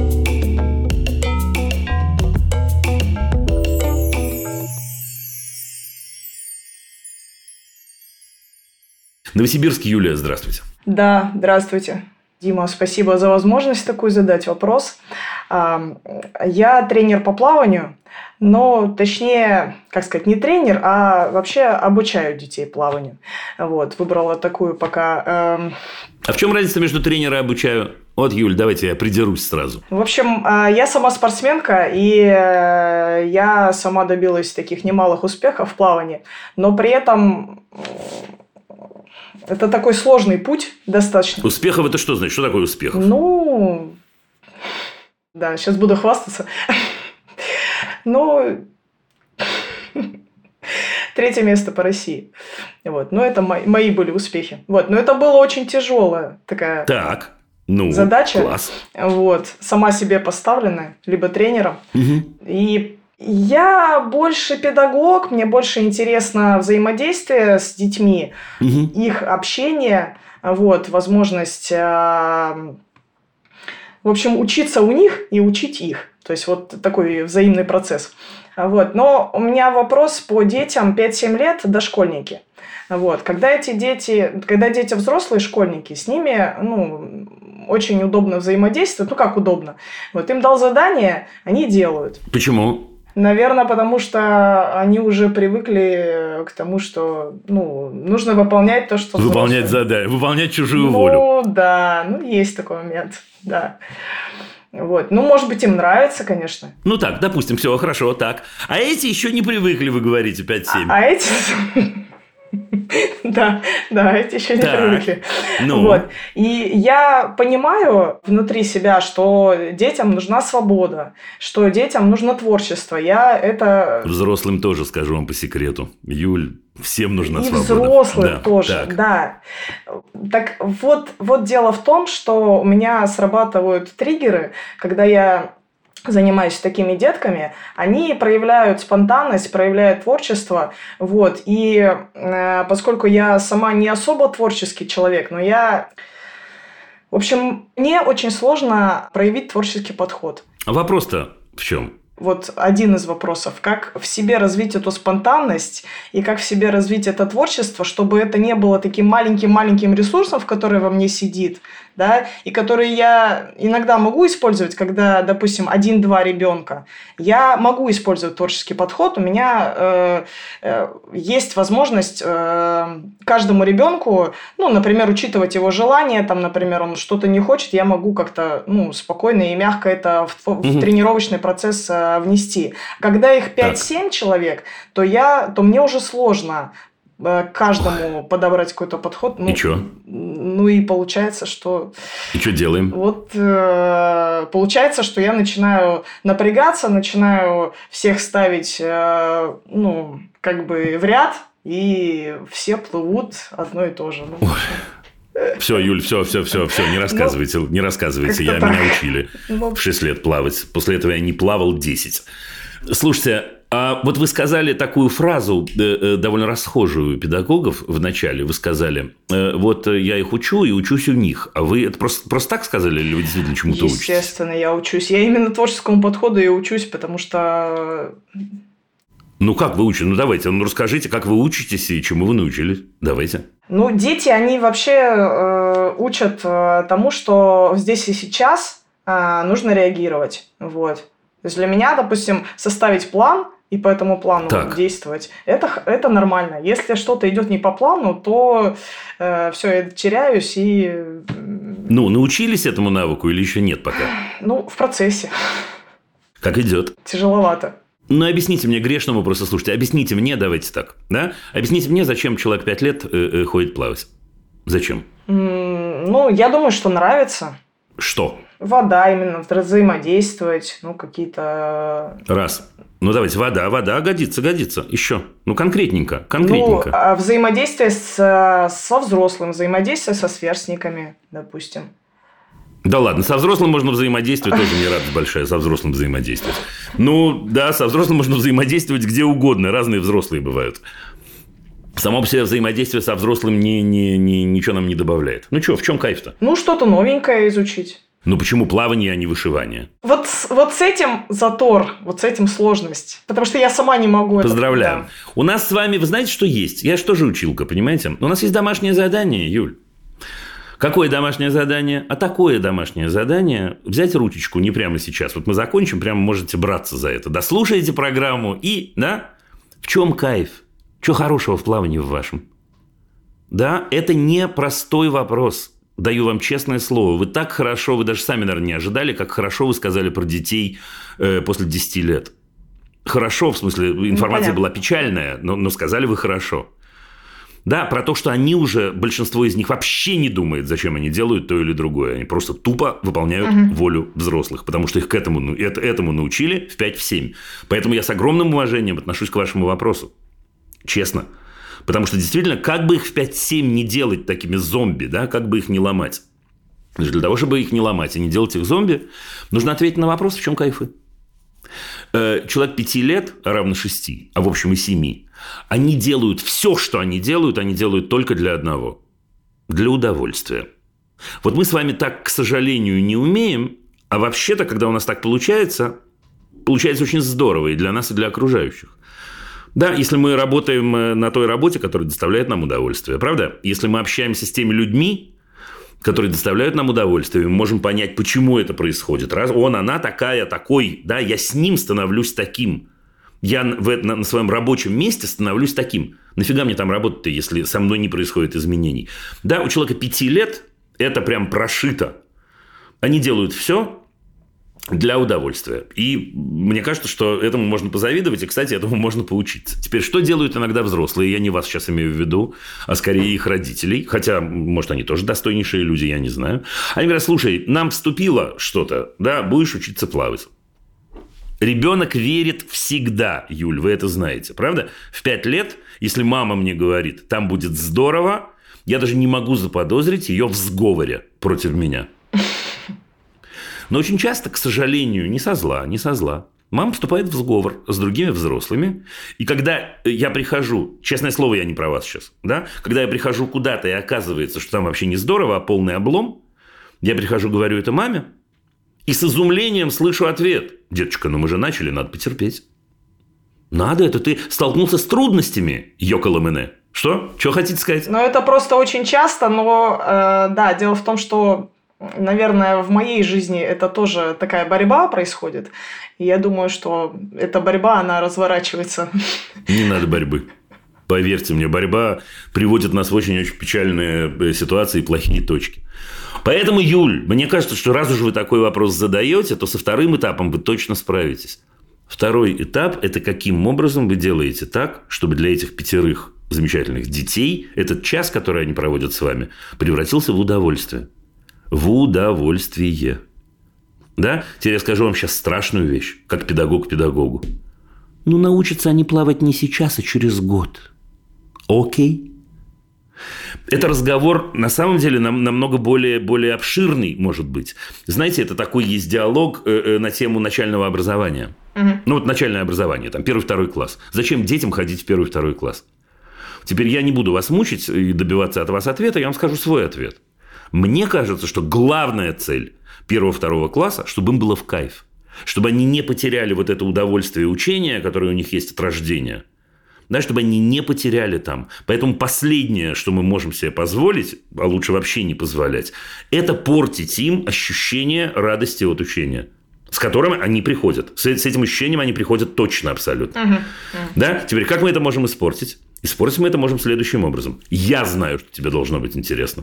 Новосибирск, Юлия, здравствуйте. Да, здравствуйте. Дима, спасибо за возможность такую задать вопрос. Я тренер по плаванию, но точнее, как сказать, не тренер, а вообще обучаю детей плаванию. Вот, выбрала такую пока... Эм... А в чем разница между тренером и обучаю? Вот, Юль, давайте я придерусь сразу. В общем, я сама спортсменка, и я сама добилась таких немалых успехов в плавании, но при этом... Это такой сложный путь достаточно. Успехов это что значит? Что такое успехов? Ну, да, сейчас буду хвастаться. Ну, третье место по России. Вот, но это мои, мои были успехи. Вот, но это было очень тяжелое такая. Так. ну, задача. Класс. Вот, сама себе поставленная, либо тренером. Угу. И я больше педагог, мне больше интересно взаимодействие с детьми, угу. их общение, вот, возможность, в общем, учиться у них и учить их. То есть, вот такой взаимный процесс. Вот. Но у меня вопрос по детям пять-семь лет, дошкольники. Вот. Когда эти дети, когда дети взрослые, школьники, с ними, ну, очень удобно взаимодействовать. Ну, как удобно? Вот им дал задание, они делают. Почему? Наверное, потому что они уже привыкли к тому, что, ну, нужно выполнять то, что Выполнять взрослые. задание, выполнять чужую ну, волю. Ну, да, ну, есть такой момент, да. Вот. Ну, может быть, им нравится, конечно. Ну так, допустим, все хорошо, так. А эти еще не привыкли, вы говорите, пять-семь. А, а эти... Да, да, эти еще не привыкли. Ну. Вот. И я понимаю внутри себя, что детям нужна свобода, что детям нужно творчество. Я это... Взрослым тоже, скажу вам по секрету. Юль, всем нужна и свобода. И взрослым да, тоже, так. да. Так вот, вот дело в том, что у меня срабатывают триггеры, когда я занимаюсь такими детками, они проявляют спонтанность, проявляют творчество, вот, и э, поскольку я сама не особо творческий человек, но я, в общем, мне очень сложно проявить творческий подход. А вопрос-то в чем? Вот один из вопросов. Как в себе развить эту спонтанность и как в себе развить это творчество, чтобы это не было таким маленьким-маленьким ресурсом, в который во мне сидит, да, и который я иногда могу использовать, когда, допустим, один-два ребенка. Я могу использовать творческий подход. У меня э, э, есть возможность э, каждому ребенку, ну, например, учитывать его желания, там, например, он что-то не хочет, я могу как-то, ну, спокойно и мягко это в, в mm-hmm. тренировочный процесс э, внести. Когда их пять-семь человек, то, я, то мне уже сложно каждому подобрать какой-то подход. Ну, и что? Ну и получается, что... И что делаем? Вот э, получается, что я начинаю напрягаться, начинаю всех ставить, э, ну, как бы в ряд, и все плывут одно и то же. Ну, все, Юль, все, все, все, все, не рассказывайте, ну, не рассказывайте. Я, меня учили в шесть лет плавать. После этого я не плавал десять. Слушайте, а вот вы сказали такую фразу, э, довольно расхожую у педагогов в начале. Вы сказали, э, вот я их учу и учусь у них. А вы это просто, просто так сказали или вы действительно чему-то учитесь? Естественно, я учусь. Я именно творческому подходу и учусь, потому что... Ну, как вы учитесь? Ну, давайте, ну, расскажите, как вы учитесь и чему вы научились. Давайте. Ну, дети, они вообще э, учат э, тому, что здесь и сейчас э, нужно реагировать. Вот. То есть для меня, допустим, составить план и по этому плану так. действовать, это, это нормально. Если что-то идет не по плану, то э, все, я теряюсь и... Ну, научились этому навыку или еще нет пока? Ну, в процессе. Как идет? Тяжеловато. Ну, объясните мне, грешному просто, слушайте, объясните мне, давайте так, да? Объясните мне, зачем человек пять лет э, э, ходит плавать? Зачем? Mm, ну, я думаю, что нравится. Что? Вода именно, взаимодействовать, ну, какие-то... Раз. Ну, давайте, вода, вода, годится, годится. Еще. Ну, конкретненько, конкретненько. Ну, взаимодействие с, со взрослым, взаимодействие со сверстниками, допустим. Да ладно, со взрослым можно взаимодействовать, тоже мне радость большая, со взрослым взаимодействовать. Ну, да, со взрослым можно взаимодействовать где угодно, разные взрослые бывают. Само по себе взаимодействие со взрослым не, не, не, ничего нам не добавляет. Ну, что, в чем кайф-то? Ну, что-то новенькое изучить. Ну, почему плавание, а не вышивание? Вот, вот с этим затор, вот с этим сложность. Потому что я сама не могу... Поздравляем. Это... Да. У нас с вами, вы знаете, что есть? Я же тоже училка, понимаете? У нас есть домашнее задание, Юль. Какое домашнее задание? А такое домашнее задание. Взять ручечку не прямо сейчас. Вот мы закончим, прямо можете браться за это. Дослушайте программу и, да, в чем кайф? Что хорошего в плавании в вашем? Да, это не простой вопрос. Даю вам честное слово. Вы так хорошо, вы даже сами, наверное, не ожидали, как хорошо вы сказали про детей э, после десяти лет. Хорошо, в смысле, информация ну, была печальная, но, но сказали вы хорошо. Да, про то, что они уже, большинство из них вообще не думает, зачем они делают то или другое. Они просто тупо выполняют угу. волю взрослых, потому что их к этому, ну, это, этому научили в пять-семь. Поэтому я с огромным уважением отношусь к вашему вопросу. Честно. Потому что, действительно, как бы их в пять-семь не делать такими зомби, да, как бы их не ломать. Для того, чтобы их не ломать и не делать их зомби, нужно ответить на вопрос, в чем кайфы. Человек пяти лет, равно шести, а в общем и семи, они делают все, что они делают, они делают только для одного – для удовольствия. Вот мы с вами так, к сожалению, не умеем, а вообще-то, когда у нас так получается, получается очень здорово и для нас, и для окружающих. Да, если мы работаем на той работе, которая доставляет нам удовольствие, правда? Если мы общаемся с теми людьми, которые доставляют нам удовольствие, мы можем понять, почему это происходит. Раз он, она такая, такой, да, я с ним становлюсь таким. Я в, на, на своем рабочем месте становлюсь таким. Нафига мне там работать-то, если со мной не происходит изменений? Да, у человека пяти лет это прям прошито. Они делают все для удовольствия. И мне кажется, что этому можно позавидовать, и, кстати, этому можно поучиться. Теперь, что делают иногда взрослые? Я не вас сейчас имею в виду, а скорее их родителей. Хотя, может, они тоже достойнейшие люди, я не знаю. Они говорят, слушай, нам вступило что-то, да, будешь учиться плавать. Ребенок верит всегда, Юль, вы это знаете, правда? В пять лет, если мама мне говорит, там будет здорово, я даже не могу заподозрить ее в сговоре против меня. Но очень часто, к сожалению, не со зла, не со зла. Мама вступает в сговор с другими взрослыми. И когда я прихожу, честное слово, я не про вас сейчас, да? Когда я прихожу куда-то, и оказывается, что там вообще не здорово, а полный облом, я прихожу, говорю это маме, и с изумлением слышу ответ. Деточка, ну мы же начали, надо потерпеть. Надо, это ты столкнулся с трудностями, Йоколомене. Что? Что хотите сказать? Ну, это просто очень часто, но, э, да, дело в том, что... Наверное, в моей жизни это тоже такая борьба происходит. И я думаю, что эта борьба, она разворачивается. Не надо борьбы. Поверьте мне, борьба приводит нас в очень-очень печальные ситуации и плохие точки. Поэтому, Юль, мне кажется, что раз уж вы такой вопрос задаете, то со вторым этапом вы точно справитесь. Второй этап – это каким образом вы делаете так, чтобы для этих пятерых замечательных детей этот час, который они проводят с вами, превратился в удовольствие. В удовольствие. Да? Теперь я скажу вам сейчас страшную вещь, как педагог педагогу. Ну, научатся они плавать не сейчас, а через год. Окей? Это разговор, на самом деле, нам, намного более, более обширный, может быть. Знаете, это такой есть диалог э, э, на тему начального образования. Угу. Ну, вот начальное образование, там, первый-второй класс. Зачем детям ходить в первый-второй класс? Теперь я не буду вас мучить и добиваться от вас ответа, я вам скажу свой ответ. Мне кажется, что главная цель первого-второго класса, чтобы им было в кайф. Чтобы они не потеряли вот это удовольствие учения, которое у них есть от рождения. Да, чтобы они не потеряли там. Поэтому последнее, что мы можем себе позволить, а лучше вообще не позволять, это портить им ощущение радости от учения, с которым они приходят. С, с этим ощущением они приходят точно, абсолютно. Uh-huh. Uh-huh. Да? Теперь, как мы это можем испортить? Испортить мы это можем следующим образом. Я знаю, что тебе должно быть интересно.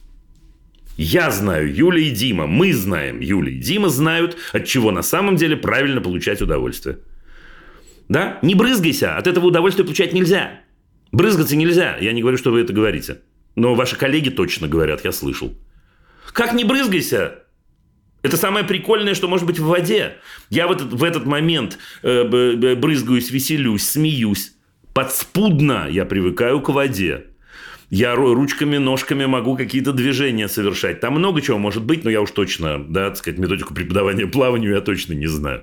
Я знаю, Юля и Дима, мы знаем, Юля и Дима знают, от чего на самом деле правильно получать удовольствие. Да? Не брызгайся, от этого удовольствия получать нельзя. Брызгаться нельзя, я не говорю, что вы это говорите. Но ваши коллеги точно говорят, я слышал. Как не брызгайся? Это самое прикольное, что может быть в воде. Я в этот, в этот момент э, брызгаюсь, веселюсь, смеюсь. Подспудно я привыкаю к воде. Я ручками, ножками могу какие-то движения совершать. Там много чего может быть, но я уж точно, да, так сказать, методику преподавания плаванию я точно не знаю.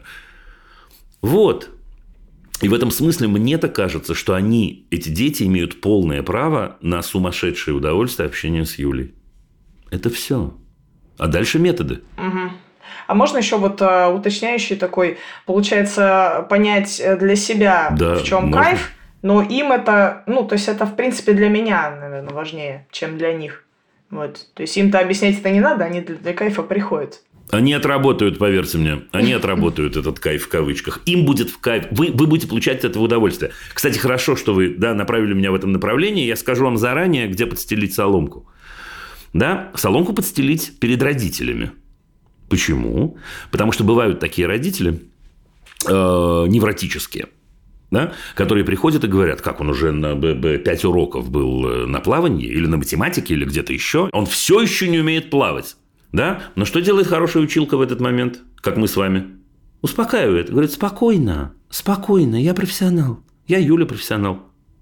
Вот. И в этом смысле мне-то кажется, что они, эти дети, имеют полное право на сумасшедшее удовольствие общения с Юлей. Это все. А дальше методы. Угу. А можно еще вот а, уточняющий такой, получается, понять для себя, да, в чем можно. Кайф? Но им это, ну, то есть это, в принципе, для меня, наверное, важнее, чем для них. Вот. То есть им-то объяснять это не надо, они для, для кайфа приходят. Они отработают, поверьте мне, они отработают этот кайф в кавычках. Им будет в кайф, вы, вы будете получать от этого удовольствие. Кстати, хорошо, что вы, да, направили меня в этом направлении. Я скажу вам заранее, где подстелить соломку. Да, соломку подстелить перед родителями. Почему? Потому что бывают такие родители э, невротические. Да, которые приходят и говорят, как он уже на пять уроков был на плавании или на математике, или где-то еще, он все еще не умеет плавать. Да? Но что делает хорошая училка в этот момент, как мы с вами? Успокаивает. Говорит, спокойно, спокойно, я профессионал. Я Юля профессионал.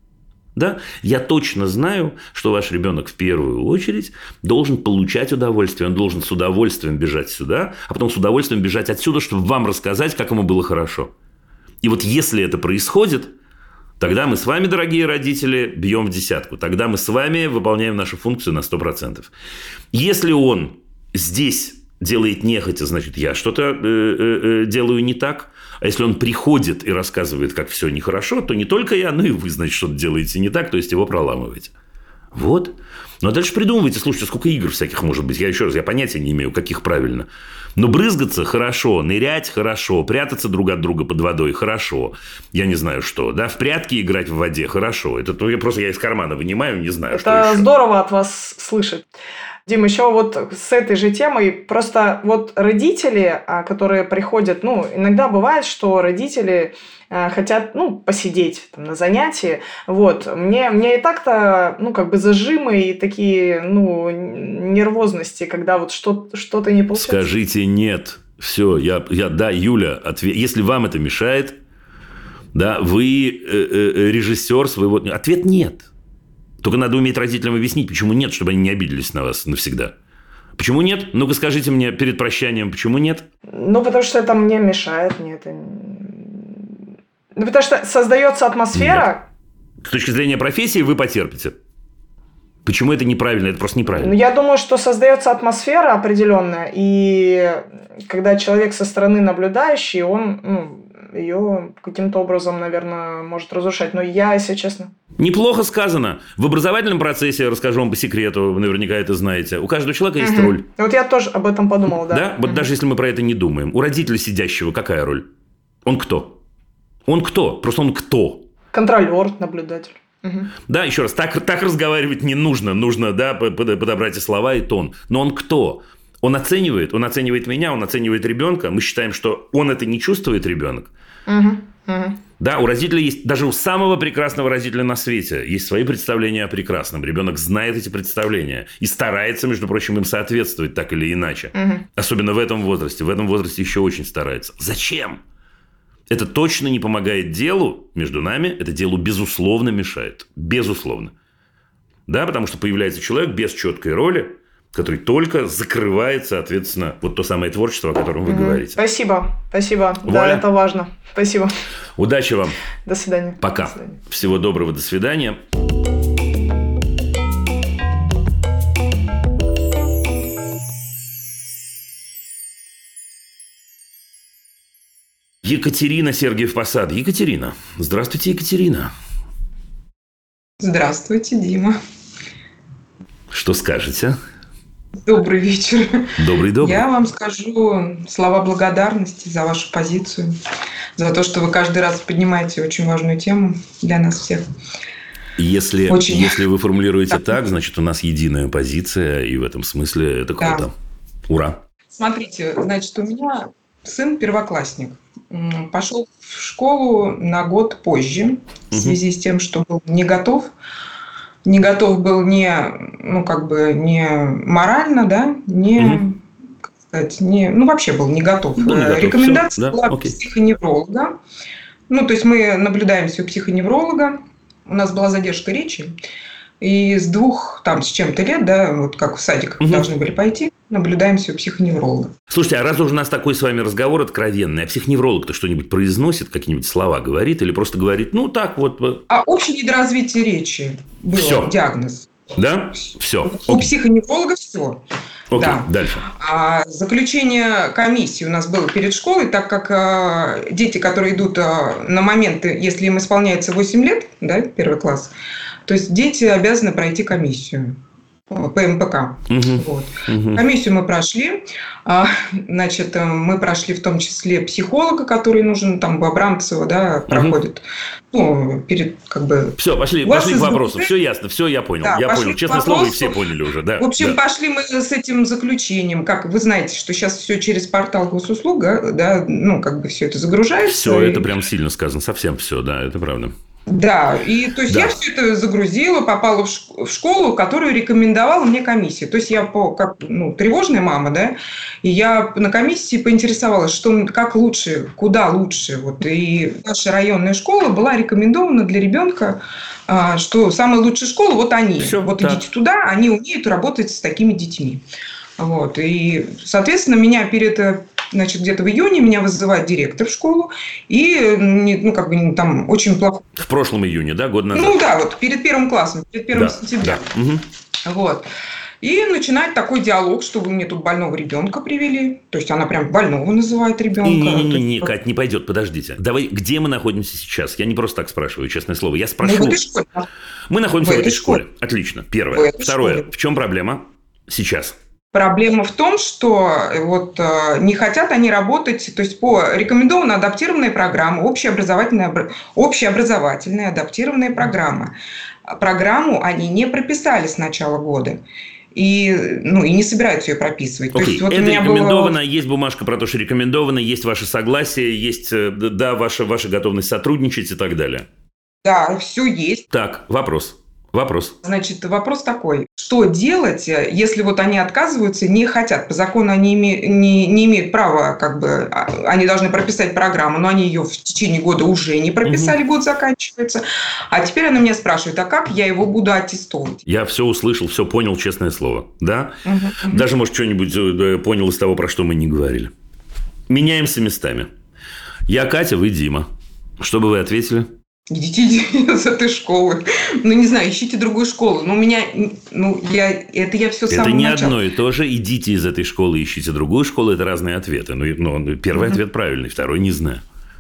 Да? Я точно знаю, что ваш ребенок в первую очередь должен получать удовольствие. Он должен с удовольствием бежать сюда, а потом с удовольствием бежать отсюда, чтобы вам рассказать, как ему было хорошо. И вот если это происходит, тогда мы с вами, дорогие родители, бьем в десятку. Тогда мы с вами выполняем нашу функцию на сто процентов. Если он здесь делает нехотя, значит, я что-то э, э, делаю не так. А если он приходит и рассказывает, как все нехорошо, то не только я, но и вы, значит, что-то делаете не так, то есть его проламываете. Вот. Ну, а дальше придумывайте. Слушайте, сколько игр всяких может быть. Я еще раз, я понятия не имею, каких правильно. Но брызгаться хорошо, нырять хорошо, прятаться друг от друга под водой хорошо. Я не знаю что. Да, в прятки играть в воде хорошо. Это то, я просто я из кармана вынимаю, не знаю, Это что еще. Это здорово от вас слышать. Дим, еще вот с этой же темой, просто вот родители, которые приходят, ну, иногда бывает, что родители хотят, ну, посидеть там, на занятии, вот, мне, мне и так-то, ну, как бы зажимы и такие, ну, нервозности, когда вот что, что-то не получается. Скажите нет, все, я, я да, Юля, ответ, если вам это мешает, да, вы э, э, режиссер своего, ответ нет. Только надо уметь родителям объяснить, почему нет, чтобы они не обиделись на вас навсегда. Почему нет? Ну-ка скажите мне перед прощанием, почему нет? Ну, потому что это мне мешает. Мне это... Ну, потому что создается атмосфера... Нет. С точки зрения профессии вы потерпите. Почему это неправильно? Это просто неправильно. Ну, я думаю, что создается атмосфера определенная, и когда человек со стороны наблюдающий, он... Ну, ее каким-то образом, наверное, может разрушать. Но я, если честно... Неплохо сказано. В образовательном процессе, расскажу вам по секрету, вы наверняка это знаете, у каждого человека есть угу. роль. Вот я тоже об этом подумал, да. Да? Вот угу. даже если мы про это не думаем. У родителя сидящего какая роль? Он кто? Он кто? Просто он кто? Контролер, наблюдатель. Угу. Да, еще раз, так, так разговаривать не нужно. Нужно, да, подобрать и слова, и тон. Но он кто? Он оценивает, он оценивает меня, он оценивает ребенка. Мы считаем, что он это не чувствует, ребенок. Угу, угу. Да, у родителей есть, даже у самого прекрасного родителя на свете есть свои представления о прекрасном. Ребенок знает эти представления и старается, между прочим, им соответствовать так или иначе. Угу. Особенно в этом возрасте. В этом возрасте еще очень старается. Зачем? Это точно не помогает делу между нами, это делу безусловно мешает. Безусловно. Да, потому что появляется человек без четкой роли, который только закрывает, соответственно, вот то самое творчество, о котором вы mm-hmm. говорите. Спасибо, спасибо. Валя. Да, это важно. Спасибо. Удачи вам. До свидания. Пока. До свидания. Всего доброго, до свидания. Екатерина, Сергиев Посад. Екатерина. Здравствуйте, Екатерина. Здравствуйте, Дима. Что скажете? Добрый вечер. Добрый-добрый. Я вам скажу слова благодарности за вашу позицию, за то, что вы каждый раз поднимаете очень важную тему для нас всех. Если, очень... если вы формулируете так. так, значит, у нас единая позиция, и в этом смысле это круто. Да. Ура. Смотрите, значит, у меня сын первоклассник. Пошел в школу на год позже, в связи угу. с тем, что был не готов. Не готов был не, ну, как бы, не морально, да, не, угу. как сказать, не, ну, вообще был не готов. Ну, не готов. Рекомендация Всё, была да? психоневролога. Ну, то есть, мы наблюдаемся у психоневролога. У нас была задержка речи. И с двух, там, с чем-то лет, да, вот как в садик угу. должны были пойти, наблюдаемся у психоневролога. Слушайте, а раз уже у нас такой с вами разговор откровенный, а психоневролог-то что-нибудь произносит, какие-нибудь слова говорит или просто говорит, ну, так вот... А общее недоразвитие речи был Всё. диагноз. Да? Все. У психоневролога все. Окей, да. Дальше. А заключение комиссии у нас было перед школой, так как а, дети, которые идут а, на моменты, если им исполняется восемь лет, да, первый класс, то есть дети обязаны пройти комиссию. По эм пэ ка. Угу. Вот. Угу. Комиссию мы прошли. Значит, мы прошли в том числе психолога, который нужен, там, Абрамцева, да, проходит. Угу. Ну, перед, как бы... Все, пошли, пошли к вопросу. Все ясно, все я понял. Да, я понял. Честное слово, и все поняли уже. Да, в общем, да. пошли мы с этим заключением. Как вы знаете, что сейчас все через портал госуслуга, да, ну, как бы все это загружается. Все, и... это прям сильно сказано. Совсем все, да, это правда. Да, и то есть Да. я все это загрузила, попала в ш- в школу, которую рекомендовала мне комиссия. То есть я по, как ну, тревожная мама, да, и я на комиссии поинтересовалась, что, м- как лучше, куда лучше. Вот. И наша районная школа была рекомендована для ребенка, а, что самая лучшая школа, вот они. Всё, вот так. идите туда, они умеют работать с такими детьми. Вот. И, соответственно, меня перед, э, значит, где-то в июне меня вызывает директор в школу, и, э, не- ну, как бы там очень плохо. В прошлом июне, да, год назад? Ну да, вот перед первым классом, перед первым Да, сентября. да. Мгм. Вот. И начинает такой диалог, что вы мне тут больного ребенка привели. То есть она прям больного называет ребенка. Не-не-не, Кать, не пойдет, подождите. Давай, где мы находимся сейчас? Я не просто так спрашиваю, честное слово. Я Мы спрошу. в этой школе. Мы находимся в в этой этой школе. школе. Отлично. В Первое. этой Второе. школе. В чем проблема сейчас? Проблема в том, что вот э, не хотят они работать, то есть по рекомендованной адаптированной программе, общеобразовательная, обра- общеобразовательная адаптированная программа. Программу они не прописали с начала года. И, ну, и не собираются ее прописывать. То Окей, есть вот у это меня было- рекомендовано, есть бумажка про то, что рекомендовано, есть ваше согласие, есть, э, да, ваша, ваша готовность сотрудничать и так далее. Да, все есть. Так, вопрос. Вопрос. Значит, вопрос такой, что делать, если вот они отказываются, не хотят, по закону они име- не, не имеют права, как бы, а, они должны прописать программу, но они ее в течение года уже не прописали, год заканчивается, а теперь она меня спрашивает, а как я его буду аттестовывать? Я все услышал, все понял, честное слово. Да? Мгм. Даже, может, что-нибудь э, понял из того, про что мы не говорили. Меняемся местами. Я Катя, вы Дима. Что бы вы ответили? Идите из этой школы. Ну, не знаю, ищите другую школу. Но у меня, ну, я, это я все с Это самого не начала. одно и то же. Идите из этой школы, ищите другую школу. Это разные ответы. Ну, и- ну, первый Мгм. ответ правильный, второй не знаю.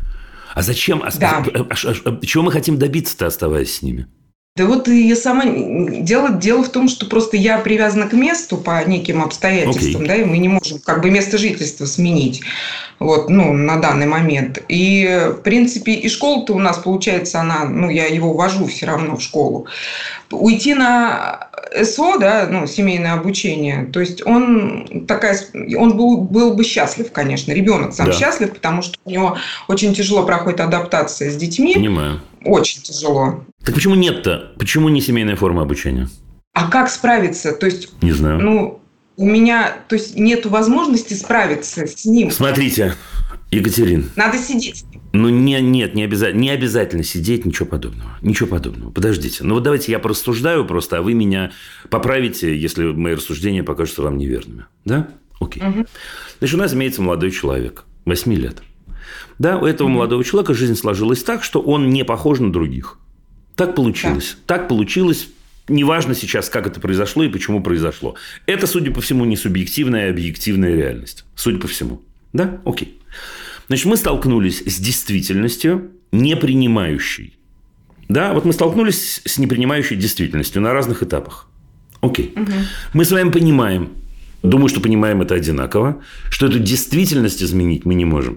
А зачем? А, Да. а- а- а- а чего мы хотим добиться-то, оставаясь с ними? Да вот и я сама... Дело, дело в том, что просто я привязана к месту по неким обстоятельствам, Окей. да, и мы не можем как бы место жительства сменить вот, ну, на данный момент. И, в принципе, и школа-то у нас, получается, она, ну, я его вожу все равно в школу. Уйти на СО, да, ну, семейное обучение, то есть он такая, он был, был бы счастлив, конечно, ребенок сам Да. счастлив, потому что у него очень тяжело проходит адаптация с детьми, Понимаю. очень тяжело. Так почему нет-то? Почему не семейная форма обучения? А как справиться? То есть, Не знаю. ну, у меня, то есть, нет возможности справиться с ним. Смотрите, Екатерин, Надо сидеть с ним. ну не, нет, не обязательно, не обязательно сидеть, ничего подобного. Ничего подобного. Подождите. Ну вот давайте я порассуждаю просто, а вы меня поправите, если мои рассуждения покажутся вам неверными. Да? Окей. Мгм. Значит, у нас имеется молодой человек, восьми лет. Да, у этого молодого человека жизнь сложилась так, что он не похож на других. Так получилось. Так получилось. Неважно сейчас, как это произошло и почему произошло. Это, судя по всему, не субъективная, а объективная реальность. Судя по всему. Да? Окей. Значит, мы столкнулись с действительностью, не принимающей. Да, вот мы столкнулись с непринимающей действительностью на разных этапах. Окей. Мы с вами понимаем, думаю, что понимаем это одинаково, что эту действительность изменить мы не можем.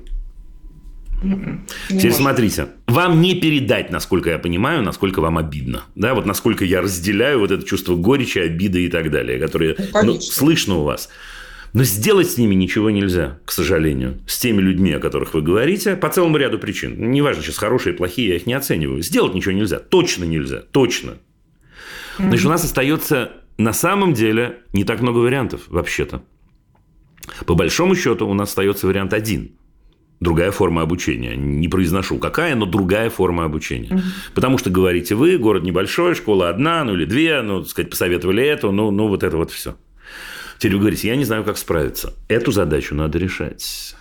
Не Теперь может. смотрите, вам не передать, насколько я понимаю, насколько вам обидно. Да, вот насколько я разделяю вот это чувство горечи, обиды и так далее, которые Ну, ну, конечно. слышно у вас. Но сделать с ними ничего нельзя, к сожалению. С теми людьми, о которых вы говорите, по целому ряду причин. Неважно, сейчас хорошие, плохие, я их не оцениваю. Сделать ничего нельзя. Точно нельзя. Точно. Значит, у нас остается на самом деле не так много вариантов, вообще-то. По большому счету, у нас остается вариант один. Другая форма обучения. Не произношу, какая, но другая форма обучения. Mm-hmm. Потому что, говорите вы, город небольшой, школа одна, ну или две, ну, так сказать, посоветовали эту, ну, ну вот это вот все. Теперь вы говорите, я не знаю, как справиться. Эту задачу надо решать.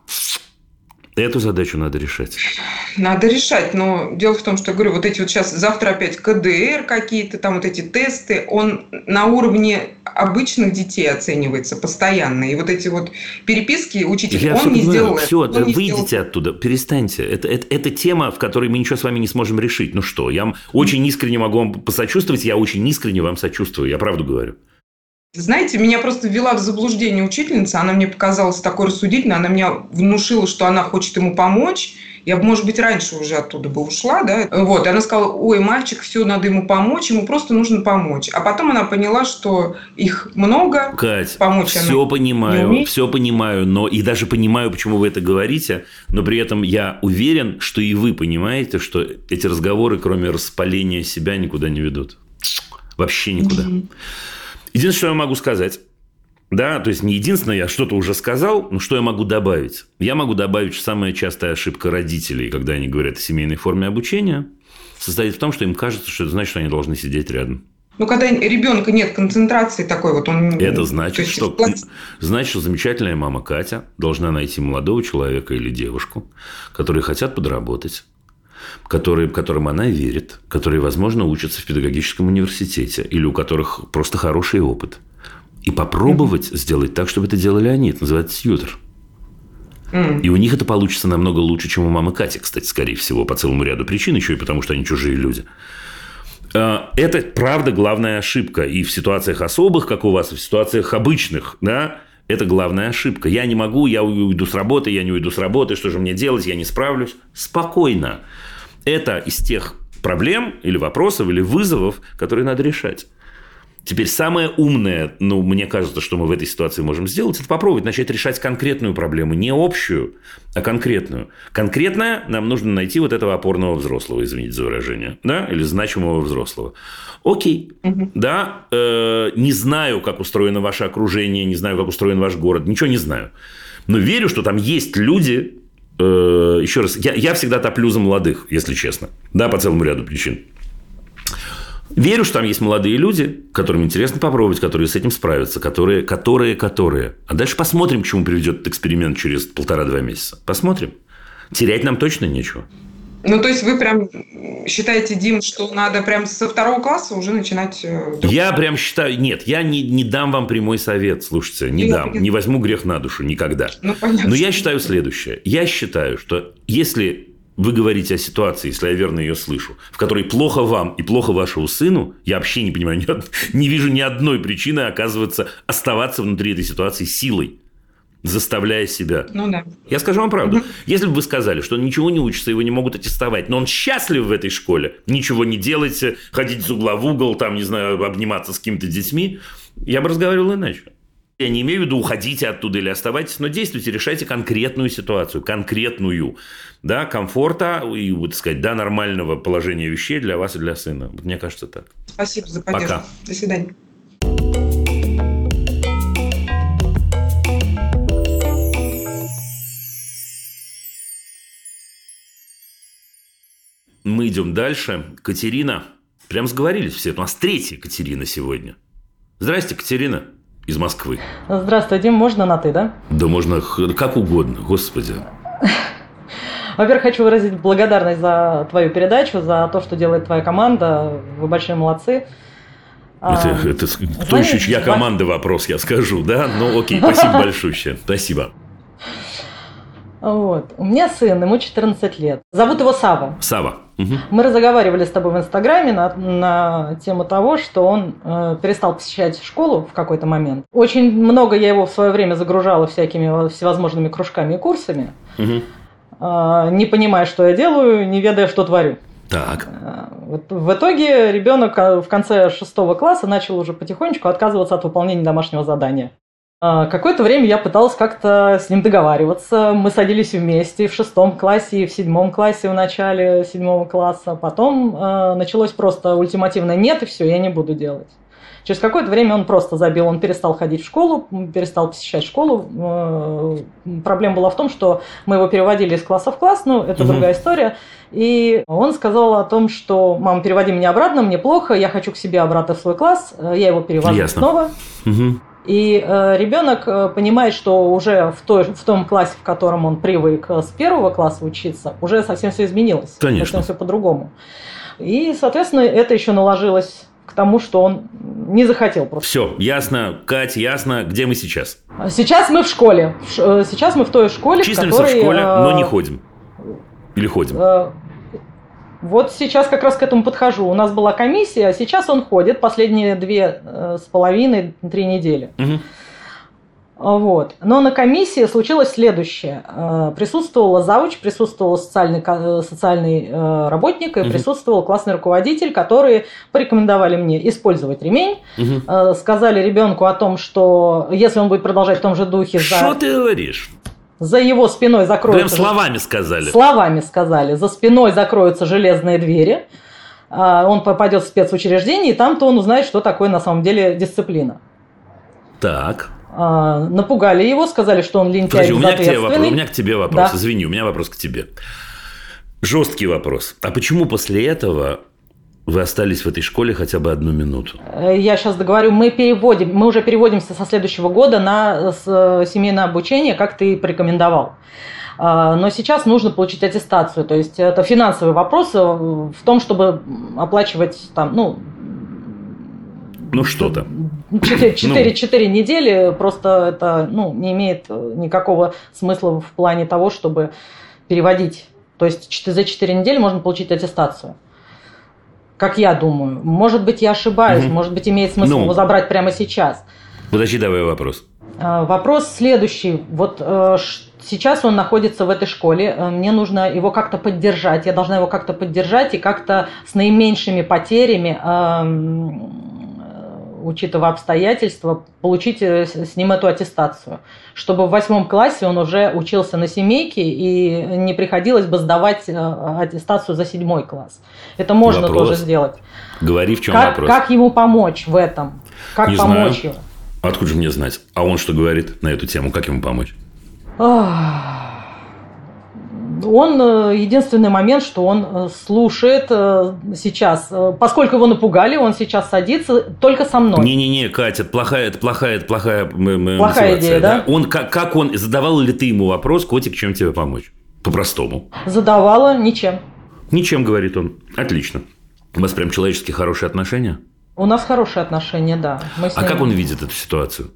Эту задачу надо решать. Надо решать, но дело в том, что, я говорю, вот эти вот сейчас, завтра опять ка дэ эр какие-то, там вот эти тесты, он на уровне обычных детей оценивается постоянно. И вот эти вот переписки учитель, я он все не понимаю. сделал Все, это, он не выйдите сделал... оттуда, перестаньте. Это, это, это тема, в которой мы ничего с вами не сможем решить. Ну что, я очень искренне могу вам посочувствовать, я очень искренне вам сочувствую, я правду говорю. Знаете, меня просто ввела в заблуждение учительница, она мне показалась такой рассудительной, она меня внушила, что она хочет ему помочь, Я бы, может быть, раньше уже оттуда бы ушла, да. Вот, и она сказала, ой, мальчик, все, надо ему помочь, ему просто нужно помочь. А потом она поняла, что их много. Кать, помочь все она понимаю, все понимаю, но и даже понимаю, почему вы это говорите, но при этом я уверен, что и вы понимаете, что эти разговоры, кроме распаления себя, никуда не ведут. Вообще никуда. Mm-hmm. Единственное, что я могу сказать, да, то есть не единственное, я что-то уже сказал, но что я могу добавить? Я могу добавить, что самая частая ошибка родителей, когда они говорят о семейной форме обучения, состоит в том, что им кажется, что это значит, что они должны сидеть рядом. Ну, когда ребенка нет концентрации такой, вот он... Это значит, есть, что... значит, что замечательная мама Катя должна найти молодого человека или девушку, которые хотят подработать, которые, которым она верит, которые, возможно, учатся в педагогическом университете или у которых просто хороший опыт. И попробовать mm-hmm. сделать так, чтобы это делали они. Это называется тьютер. Mm. И у них это получится намного лучше, чем у мамы Кати, кстати, скорее всего, по целому ряду причин, еще и потому, что они чужие люди. Это, правда, главная ошибка. И в ситуациях особых, как у вас, и в ситуациях обычных, да, это главная ошибка. Я не могу, я уйду с работы, я не уйду с работы, что же мне делать, я не справлюсь. Спокойно. Это из тех проблем или вопросов, или вызовов, которые надо решать. Теперь самое умное, ну, мне кажется, что мы в этой ситуации можем сделать, это попробовать начать решать конкретную проблему. Не общую, а конкретную. Конкретное нам нужно найти вот этого опорного взрослого, извините за выражение, да, или значимого взрослого. Окей, угу. да, э, не знаю, как устроено ваше окружение, не знаю, как устроен ваш город, ничего не знаю. Но верю, что там есть люди, э, еще раз, я, я всегда топлю за молодых, если честно, да, по целому ряду причин. Верю, что там есть молодые люди, которым интересно попробовать, которые с этим справятся, которые, которые, которые. А дальше посмотрим, к чему приведет этот эксперимент через полтора-два месяца. Посмотрим. Терять нам точно нечего. Ну, то есть, вы прям считаете, Дим, что надо прям со второго класса уже начинать... Я прям считаю... Нет, я не, не дам вам прямой совет, слушайте, не я дам. Я... Не возьму грех на душу никогда. Ну, понятно. Но я считаю следующее. Я считаю, что если... Вы говорите о ситуации, если я верно ее слышу, в которой плохо вам и плохо вашему сыну, я вообще не понимаю, не вижу ни одной причины, оказывается, оставаться внутри этой ситуации силой, заставляя себя. Ну да. Я скажу вам правду. Угу. Если бы вы сказали, что он ничего не учится, его не могут аттестовать, но он счастлив в этой школе, ничего не делайте, ходить из угла в угол, там, не знаю, обниматься с какими-то детьми, я бы разговаривал иначе. Я не имею в виду уходите оттуда или оставайтесь, но действуйте, решайте конкретную ситуацию, конкретную, да, комфорта и, вот сказать, да, нормального положения вещей для вас и для сына. Вот мне кажется так. Спасибо за поддержку. Пока. До свидания. Мы идем дальше. Катерина. Прям сговорились все. У нас третья Катерина сегодня. Здрасте, Катерина. Из Москвы. Здравствуй, Дим. Можно на «ты», да? Да можно как угодно, господи. Во-первых, хочу выразить благодарность за твою передачу, за то, что делает твоя команда. Вы большие молодцы. Это, это кто еще, чья команда, вопрос, я скажу, да? Ну, окей, спасибо большое. Спасибо. Вот. У меня сын, ему четырнадцать лет. Зовут его Сава. Сава. Угу. Мы разговаривали с тобой в Инстаграме на, на тему того, что он э, перестал посещать школу в какой-то момент. Очень много я его в свое время загружала всякими всевозможными кружками и курсами, угу. э, не понимая, что я делаю, не ведая, что творю. Так. Э, вот в итоге ребенок в конце шестого класса начал уже потихонечку отказываться от выполнения домашнего задания. Какое-то время я пыталась как-то с ним договариваться. Мы садились вместе в шестом классе и в седьмом классе в начале седьмого класса. Потом э, началось просто ультимативное «нет» и все, я не буду делать. Через какое-то время он просто забил, он перестал ходить в школу, перестал посещать школу. Э, проблема была в том, что мы его переводили из класса в класс, ну, это угу. другая история. И он сказал о том, что «мама, переводи меня обратно, мне плохо, я хочу к себе обратно в свой класс». Я его перевожу Ясно. снова. Угу. И э, ребенок э, понимает, что уже в, той, в том классе, в котором он привык с первого класса учиться, уже совсем все изменилось. Конечно. Совсем все по-другому. И, соответственно, это еще наложилось к тому, что он не захотел просто. Все, ясно. Кать, ясно. Где мы сейчас? Сейчас мы в школе. Сейчас мы в той школе, Числимся в, которой, в школе, но не ходим. Или ходим? Э, Вот сейчас как раз к этому подхожу. У нас была комиссия, а сейчас он ходит последние две с половиной, три недели. Угу. Вот. Но на комиссии случилось следующее. Присутствовала завуч, присутствовал социальный, социальный работник и угу. присутствовал классный руководитель, которые порекомендовали мне использовать ремень. Угу. Сказали ребенку о том, что если он будет продолжать в том же духе... Что за... ты говоришь? За его спиной закроются... Прям словами сказали. Словами сказали. За спиной закроются железные двери. Он попадет в спецучреждение, и там-то он узнает, что такое на самом деле дисциплина. Так... Напугали его, сказали, что он лентяй, Подожди, у меня к тебе вопрос. У меня к тебе вопрос. Да. Извини, у меня вопрос к тебе. Жесткий вопрос. А почему после этого вы остались в этой школе хотя бы одну минуту? Я сейчас договорю. Мы переводим, мы уже переводимся со следующего года на семейное обучение, как ты порекомендовал. Но сейчас нужно получить аттестацию. То есть это финансовый вопрос в том, чтобы оплачивать там, ну, Ну, что-то. четыре недели просто это ну, не имеет никакого смысла в плане того, чтобы переводить. То есть за четыре недели можно получить аттестацию. Как я думаю. Может быть, я ошибаюсь. Угу. Может быть, имеет смысл ну, его забрать прямо сейчас. Подожди, давай вопрос. Вопрос следующий. Вот сейчас он находится в этой школе. Мне нужно его как-то поддержать. Я должна его как-то поддержать и как-то с наименьшими потерями, учитывая обстоятельства, получить с ним эту аттестацию. Чтобы в восьмом классе он уже учился на семейке и не приходилось бы сдавать аттестацию за седьмой класс. Это можно вопрос. тоже сделать. Говори, в чем как, вопрос. Как ему помочь в этом? Как не помочь знаю. ему? Откуда же мне знать? А он что говорит на эту тему? Как ему помочь? Он, единственный момент, что он слушает сейчас, поскольку его напугали, он сейчас садится только со мной. Не-не-не, Катя, это плохая, это плохая, это плохая, плохая идея, да? да? Он, как, как он, задавал ли ты ему вопрос, котик, чем тебе помочь? По-простому. Задавала ничем. Ничем, говорит он. Отлично. У вас прям человеческие хорошие отношения? У нас хорошие отношения, да. Мы а ним... как он видит эту ситуацию?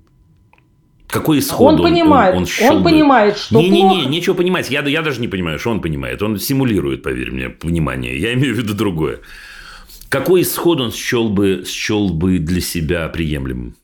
Какой исход он, он понимает, он, он, он понимает, что не, плохо. Не-не-не, нечего понимать. Я, я даже не понимаю, что он понимает. Он симулирует, поверь мне, понимание. Я имею в виду другое. Какой исход он счел бы, счел бы для себя приемлемым?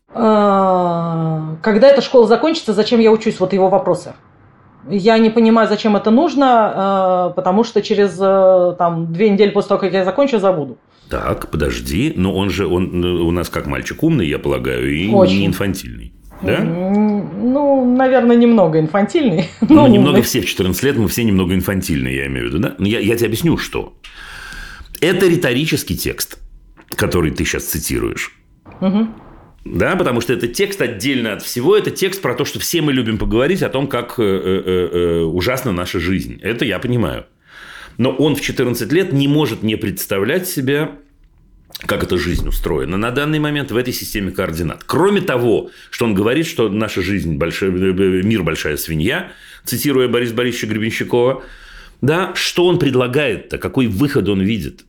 Когда эта школа закончится, зачем я учусь? Вот его вопросы. Я не понимаю, зачем это нужно, потому что через там, две недели после того, как я закончу, забуду. Так, подожди. Но он же он, у нас как мальчик умный, я полагаю, и Очень. Не инфантильный. Да? Ну, наверное, немного инфантильный. Ну, немного все в четырнадцать лет, мы все немного инфантильные, я имею в виду, да? Но я, я тебе объясню, что. Это риторический текст, который ты сейчас цитируешь. Угу. Да, потому что это текст отдельно от всего. Это текст про то, что все мы любим поговорить о том, как э, э, э, ужасна наша жизнь. Это я понимаю. Но он в четырнадцать лет не может не представлять себе... как эта жизнь устроена на данный момент в этой системе координат. Кроме того, что он говорит, что наша жизнь, большая, мир большая свинья, цитируя Бориса Борисовича Гребенщикова, да, что он предлагает-то, какой выход он видит?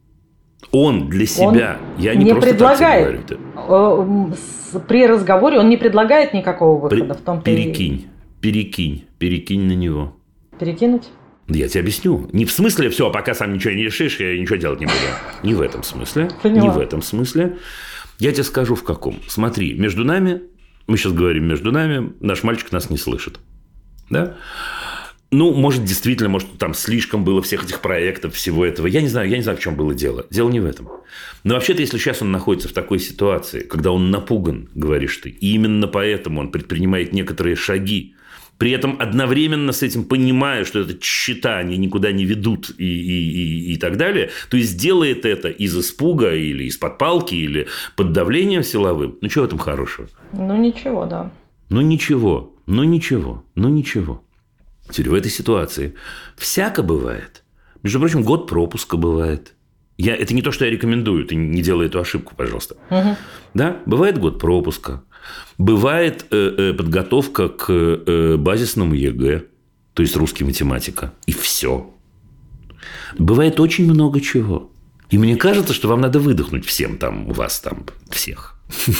Он для себя, он я не, не просто предлагает. так тебе говорю. При разговоре он не предлагает никакого выхода. При... В том перекинь, перекинь, перекинь на него. Перекинуть? Я тебе объясню. Не в смысле, все, пока сам ничего не решишь, я ничего делать не буду. Не в этом смысле. Поняла. Не в этом смысле. Я тебе скажу, в каком. Смотри, между нами, мы сейчас говорим между нами, наш мальчик нас не слышит. Да? Ну, может, действительно, может, там слишком было всех этих проектов, всего этого. Я не знаю, я не знаю, в чем было дело. Дело не в этом. Но вообще-то, если сейчас он находится в такой ситуации, когда он напуган, говоришь ты, и именно поэтому он предпринимает некоторые шаги, при этом одновременно с этим понимая, что это счета, они никуда не ведут и, и, и, и так далее, то есть делает это из испуга или из-под палки, или под давлением силовым. Ну, что в этом хорошего? Ну, ничего, да. Ну, ничего, ну, ничего, ну, ничего. Теперь в этой ситуации всяко бывает. Между прочим, год пропуска бывает. Я, это не то, что я рекомендую, ты не делай эту ошибку, пожалуйста. Угу. Да, бывает год пропуска. Бывает э, э, подготовка к э, базисному ЕГЭ, то есть русский, математика, и все. Бывает очень много чего. И мне кажется, что вам надо выдохнуть всем там, у вас там, всех.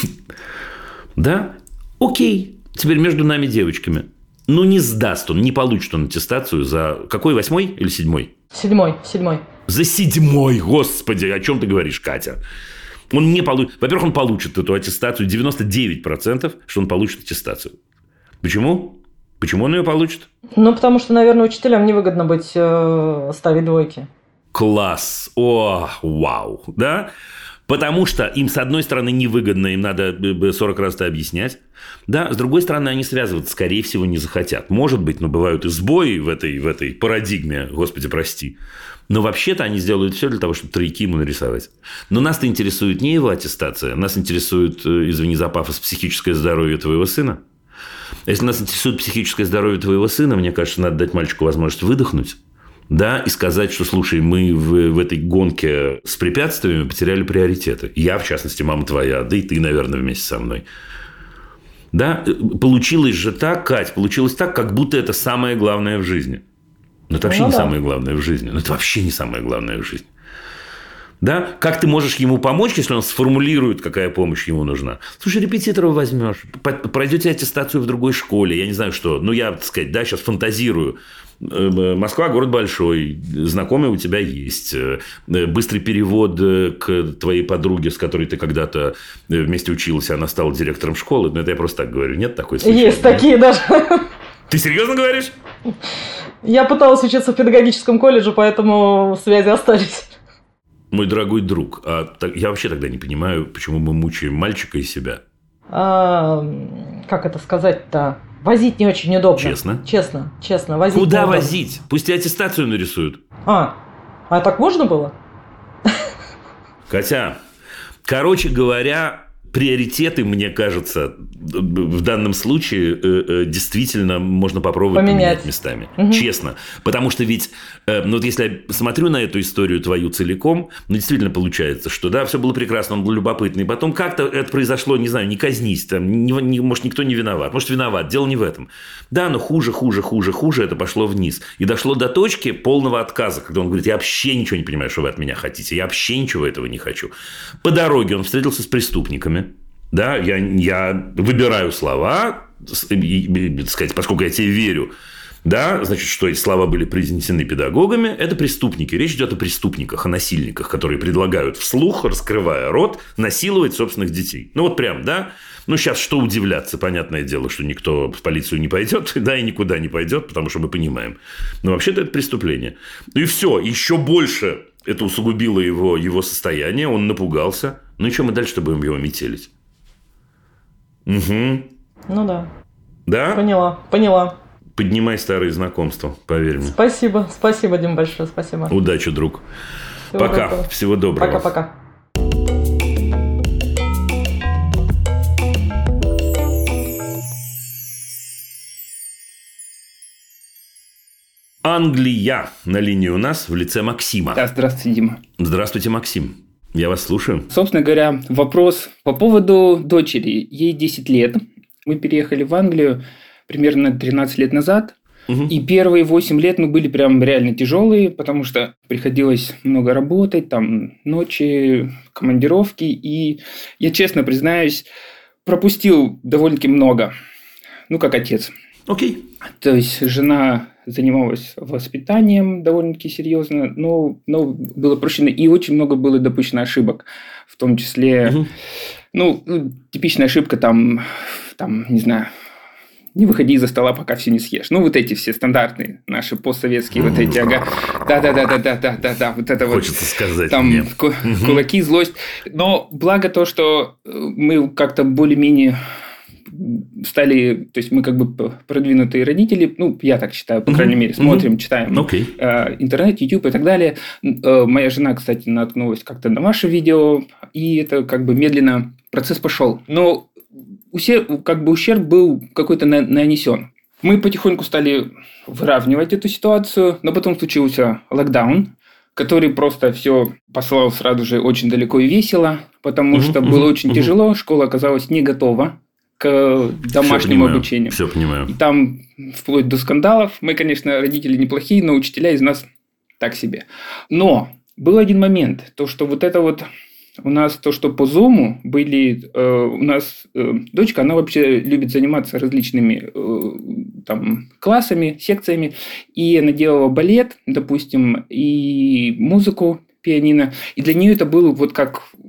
Да? Окей. Теперь между нами девочками. Ну, не сдаст он, не получит он аттестацию за... Какой, восьмой или седьмой? Седьмой, седьмой. За седьмой, господи, о чем ты говоришь, Катя? Он не получит... Во-первых, он получит эту аттестацию. девяносто девять процентов, что он получит аттестацию. Почему? Почему он ее получит? Ну, потому что, наверное, учителям невыгодно быть э, ставить двойки. Класс! О, вау! Да? Потому что им, с одной стороны, невыгодно, им надо сорок раз это объяснять. Да? С другой стороны, они связываться, скорее всего, не захотят. Может быть, но бывают и сбои в этой, в этой парадигме, господи, прости. Но вообще-то они сделают все для того, чтобы тройки ему нарисовать. Но нас-то интересует не его аттестация. Нас интересует, извини за пафос, психическое здоровье твоего сына. Если нас интересует психическое здоровье твоего сына, мне кажется, надо дать мальчику возможность выдохнуть. Да, и сказать, что, слушай, мы в, в этой гонке с препятствиями потеряли приоритеты. Я, в частности, мама твоя, да и ты, наверное, вместе со мной. Да, получилось же так, Кать, получилось так, как будто это самое главное в жизни. Но это вообще ну, не да. самое главное в жизни. Но это вообще не самое главное в жизни. Да? Как ты можешь ему помочь, если он сформулирует, какая помощь ему нужна? Слушай, репетитора возьмешь, пройдете аттестацию в другой школе, я не знаю что. Ну, я, так сказать, да, сейчас фантазирую. Москва – город большой, знакомые у тебя есть. Быстрый перевод к твоей подруге, с которой ты когда-то вместе училась, она стала директором школы. Ну, это я просто так говорю. Нет такой случая? Есть такие даже. Ты серьезно говоришь? Я пыталась учиться в педагогическом колледже, поэтому связи остались. Мой дорогой друг, а так, я вообще тогда не понимаю, почему мы мучаем мальчика и себя. А, как это сказать-то? Возить не очень удобно. Честно? Честно, честно. Возить Куда неудобно. возить? Пусть и аттестацию нарисуют. А, а так можно было? Катя, короче говоря, приоритеты, мне кажется, в данном случае действительно можно попробовать поменять, поменять местами. Угу. Честно. Потому что ведь, ну вот если я смотрю на эту историю твою целиком, ну действительно получается, что да, все было прекрасно, он был любопытный. Потом как-то это произошло, не знаю, не казнись, там, не, не, может, никто не виноват, может, виноват, дело не в этом. Да, но хуже, хуже, хуже, хуже это пошло вниз. И дошло до точки полного отказа, когда он говорит, я вообще ничего не понимаю, что вы от меня хотите, я вообще ничего этого не хочу. По дороге он встретился с преступниками. Да, я, я выбираю слова, и, и, сказать, поскольку я тебе верю, да, значит, что эти слова были произнесены педагогами, это преступники. Речь идет о преступниках, о насильниках, которые предлагают вслух, раскрывая рот, насиловать собственных детей. Ну, вот прям, да. Ну, сейчас что удивляться, понятное дело, что никто в полицию не пойдет, да, и никуда не пойдет, потому что мы понимаем. Но вообще-то это преступление. Ну, и все, еще больше это усугубило его, его состояние, он напугался. Ну, и что мы дальше будем его метелить? Угу. Ну да. Да? Поняла, поняла. Поднимай старые знакомства, поверь мне. Спасибо, спасибо, Дим, большое, спасибо. Удачи, друг. Всего Пока, доброго. Всего доброго. Пока-пока. Англия на линии у нас в лице Максима. Да, здравствуйте, Дима. Здравствуйте, Максим. Я вас слушаю. Собственно говоря, вопрос по поводу дочери. Ей десять лет. Мы переехали в Англию примерно тринадцать лет назад. Угу. И первые восемь лет мы были прям реально тяжелые, потому что приходилось много работать, там ночи, командировки. И я честно признаюсь, пропустил довольно-таки много. Ну, как отец. Окей. То есть жена занималась воспитанием довольно-таки серьезно, но, но было прощено, и очень много было допущено ошибок, в том числе, угу. ну, типичная ошибка там, там, не знаю, не выходи из-за стола, пока все не съешь. Ну, вот эти все стандартные наши постсоветские вот эти, ага, да-да-да-да-да-да-да, вот это вот. Хочется сказать там мне. Кулаки, злость. Но благо то, что мы как-то более-менее стали, то есть мы как бы продвинутые родители, ну, я так считаю, по крайней мере, смотрим, читаем okay. э, интернет, YouTube и так далее. Э, моя жена, кстати, наткнулась как-то на ваше видео, и это как бы медленно процесс пошел. Но ущерб, как бы ущерб был какой-то нанесен. Мы потихоньку стали выравнивать эту ситуацию, но потом случился локдаун, который просто все послал сразу же очень далеко и весело, потому что было очень тяжело, школа оказалась не готова к домашнему все обучению. Все понимаю. И там вплоть до скандалов. Мы, конечно, родители неплохие, но учителя из нас так себе. Но был один момент, то, что вот это вот у нас, то, что по Zoom были, э, у нас э, дочка, она вообще любит заниматься различными э, там, классами, секциями, и она делала балет, допустим, и музыку, пианино, и для нее это было вот как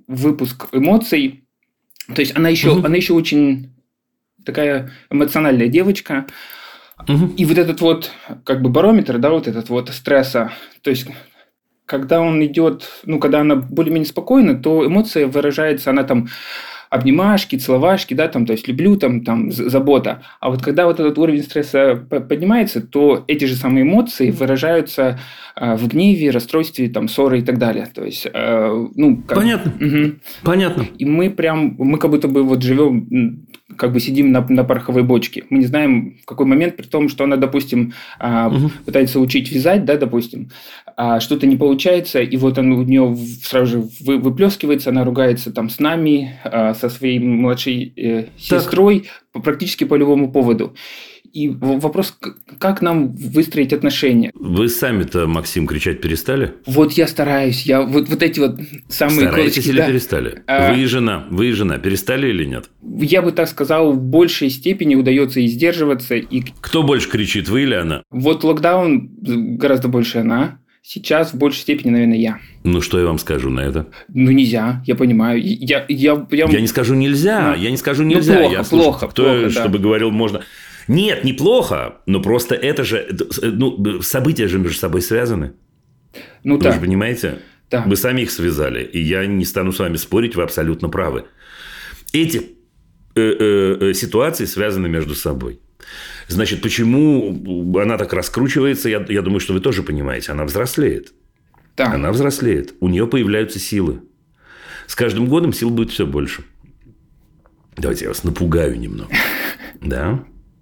выпуск эмоций. То есть она еще, угу. она еще очень такая эмоциональная девочка. Угу. И вот этот вот как бы барометр, да, вот этот вот стресса, то есть когда он идет, ну, когда она более-менее спокойна, то эмоция выражается, она там обнимашки, целовашки, да, там, то есть люблю, там, там, забота. А вот когда вот этот уровень стресса поднимается, то эти же самые эмоции выражаются э, в гневе, расстройстве, там, ссоре и так далее. То есть, э, ну, как... Понятно. Угу. Понятно. И мы прям, мы как будто бы вот живем, как бы сидим на, на пороховой бочке. Мы не знаем, в какой момент, при том, что она, допустим, э, угу. пытается учить вязать, да, допустим, а что-то не получается, и вот он, у нее сразу же выплескивается, она ругается там с нами, э, со своей младшей э, сестрой так. практически по любому поводу. И вопрос, как нам выстроить отношения? Вы сами-то, Максим, кричать перестали? Вот я стараюсь. Я вот, вот эти вот самые Стараетесь корочки, или да. перестали? А... Вы и жена, вы и жена перестали или нет? Я бы так сказал, в большей степени удается и сдерживаться. И... Кто больше кричит, вы или она? Вот локдаун гораздо больше она. Сейчас в большей степени, наверное, я. Ну, что я вам скажу на это? Ну, нельзя, я понимаю. Я, я, я... я не скажу нельзя, ну, я не скажу нельзя. Ну, плохо, я слушаю, плохо, кто, плохо, чтобы да. говорил, можно... Нет, неплохо, но просто это же... Ну, события же между собой связаны. Ну, вы да. же понимаете? Да. Вы сами их связали, и я не стану с вами спорить, вы абсолютно правы. Эти э, э, ситуации связаны между собой. Значит, почему она так раскручивается, я, я думаю, что вы тоже понимаете. Она взрослеет. Да. Она взрослеет. У нее появляются силы. С каждым годом сил будет все больше. Давайте я вас напугаю немного. Да?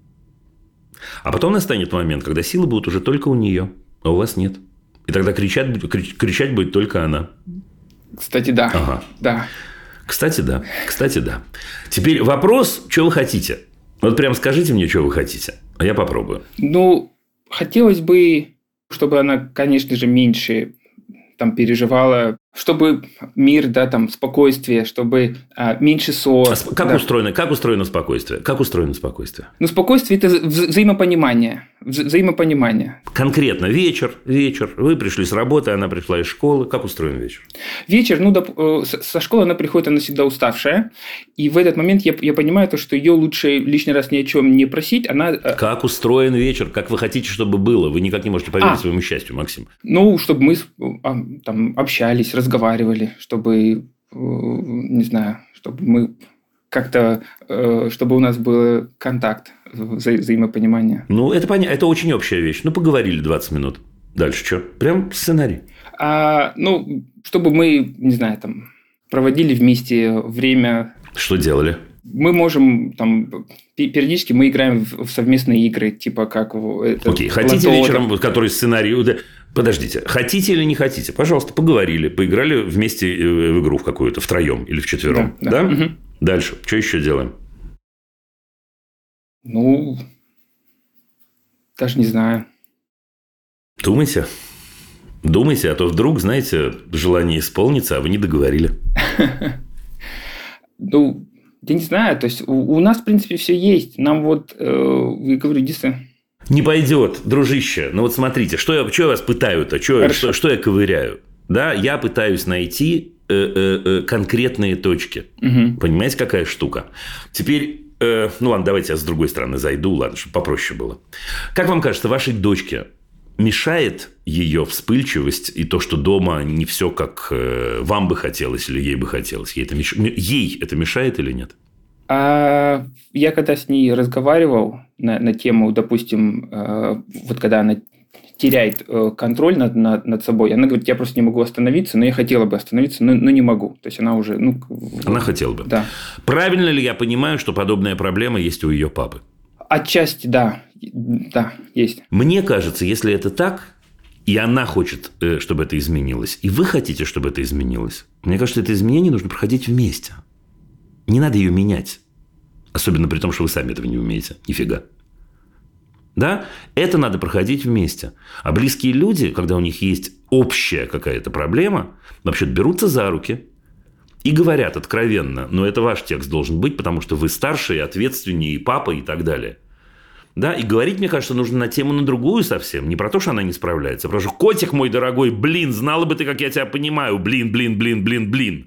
А потом настанет момент, когда силы будут уже только у нее, а у вас нет. И тогда кричать, кричать будет только она. Кстати, да. Ага. Да. Кстати, да. Кстати, да. Теперь вопрос, что вы хотите? Вот прям скажите мне, что вы хотите, а я попробую. Ну, хотелось бы, чтобы она, конечно же, меньше там переживала, чтобы мир, да, там, спокойствие, чтобы а, меньше ссор. А как, да. устроено, как устроено спокойствие? Как устроено спокойствие? Ну, спокойствие – это вза- взаимопонимание. Вза- взаимопонимание. Конкретно вечер, вечер. Вы пришли с работы, она пришла из школы. Как устроен вечер? Вечер, ну, доп- со школы она приходит, она всегда уставшая. И в этот момент я, я понимаю, то, что ее лучше лишний раз ни о чем не просить. Она... Как устроен вечер? Как вы хотите, чтобы было? Вы никак не можете поверить а, своему счастью, Максим. Ну, чтобы мы там общались, разговаривали, чтобы, не знаю, чтобы мы как-то, чтобы у нас был контакт, вза- взаимопонимание. Ну, это понятно, это очень общая вещь. Ну, поговорили двадцать минут. Дальше что? Прям сценарий. А, ну, чтобы мы, не знаю, там, проводили вместе время. Что делали? Мы можем, там, периодически мы играем в совместные игры, типа как... Окей, хотите лото. Вечером, который сценарий... Подождите, хотите или не хотите? Пожалуйста, поговорили, поиграли вместе в игру в какую-то, втроем или вчетвером. Да? да. да? Угу. Дальше. Что еще делаем? Ну, даже не знаю. Думайте. Думайте, а то вдруг, знаете, желание исполнится, а вы не договорили. Ну, я не знаю. То есть, у нас, в принципе, все есть. Нам вот, я говорю, единственное... Не пойдет, дружище. Ну, вот смотрите, что я, что я вас пытаю-то? Что, что, что я ковыряю? Да, я пытаюсь найти э, э, конкретные точки. Угу. Понимаете, какая штука? Теперь, э, ну, ладно, давайте я с другой стороны зайду, ладно, чтобы попроще было. Как вам кажется, вашей дочке мешает ее вспыльчивость и то, что дома не все как э, вам бы хотелось или ей бы хотелось? Ей это, меш... ей это мешает или нет? А я когда с ней разговаривал на, на тему, допустим, э, вот когда она теряет э, контроль над, над, над собой, она говорит, я просто не могу остановиться, но я хотела бы остановиться, но, но не могу. То есть она уже... Ну, она хотела бы. Да. Правильно ли я понимаю, что подобная проблема есть у ее папы? Отчасти, да. Да, есть. Мне кажется, если это так, и она хочет, чтобы это изменилось, и вы хотите, чтобы это изменилось, мне кажется, это изменение нужно проходить вместе. Не надо ее менять. Особенно при том, что вы сами этого не умеете. Нифига. Да? Это надо проходить вместе. А близкие люди, когда у них есть общая какая-то проблема, вообще берутся за руки и говорят откровенно, но это ваш текст должен быть, потому что вы старше и ответственнее, и папа, и так далее. Да? И говорить, мне кажется, нужно на тему на другую совсем. Не про то, что она не справляется, а про то, что котик мой дорогой, блин, знала бы ты, как я тебя понимаю, блин, блин, блин, блин, блин.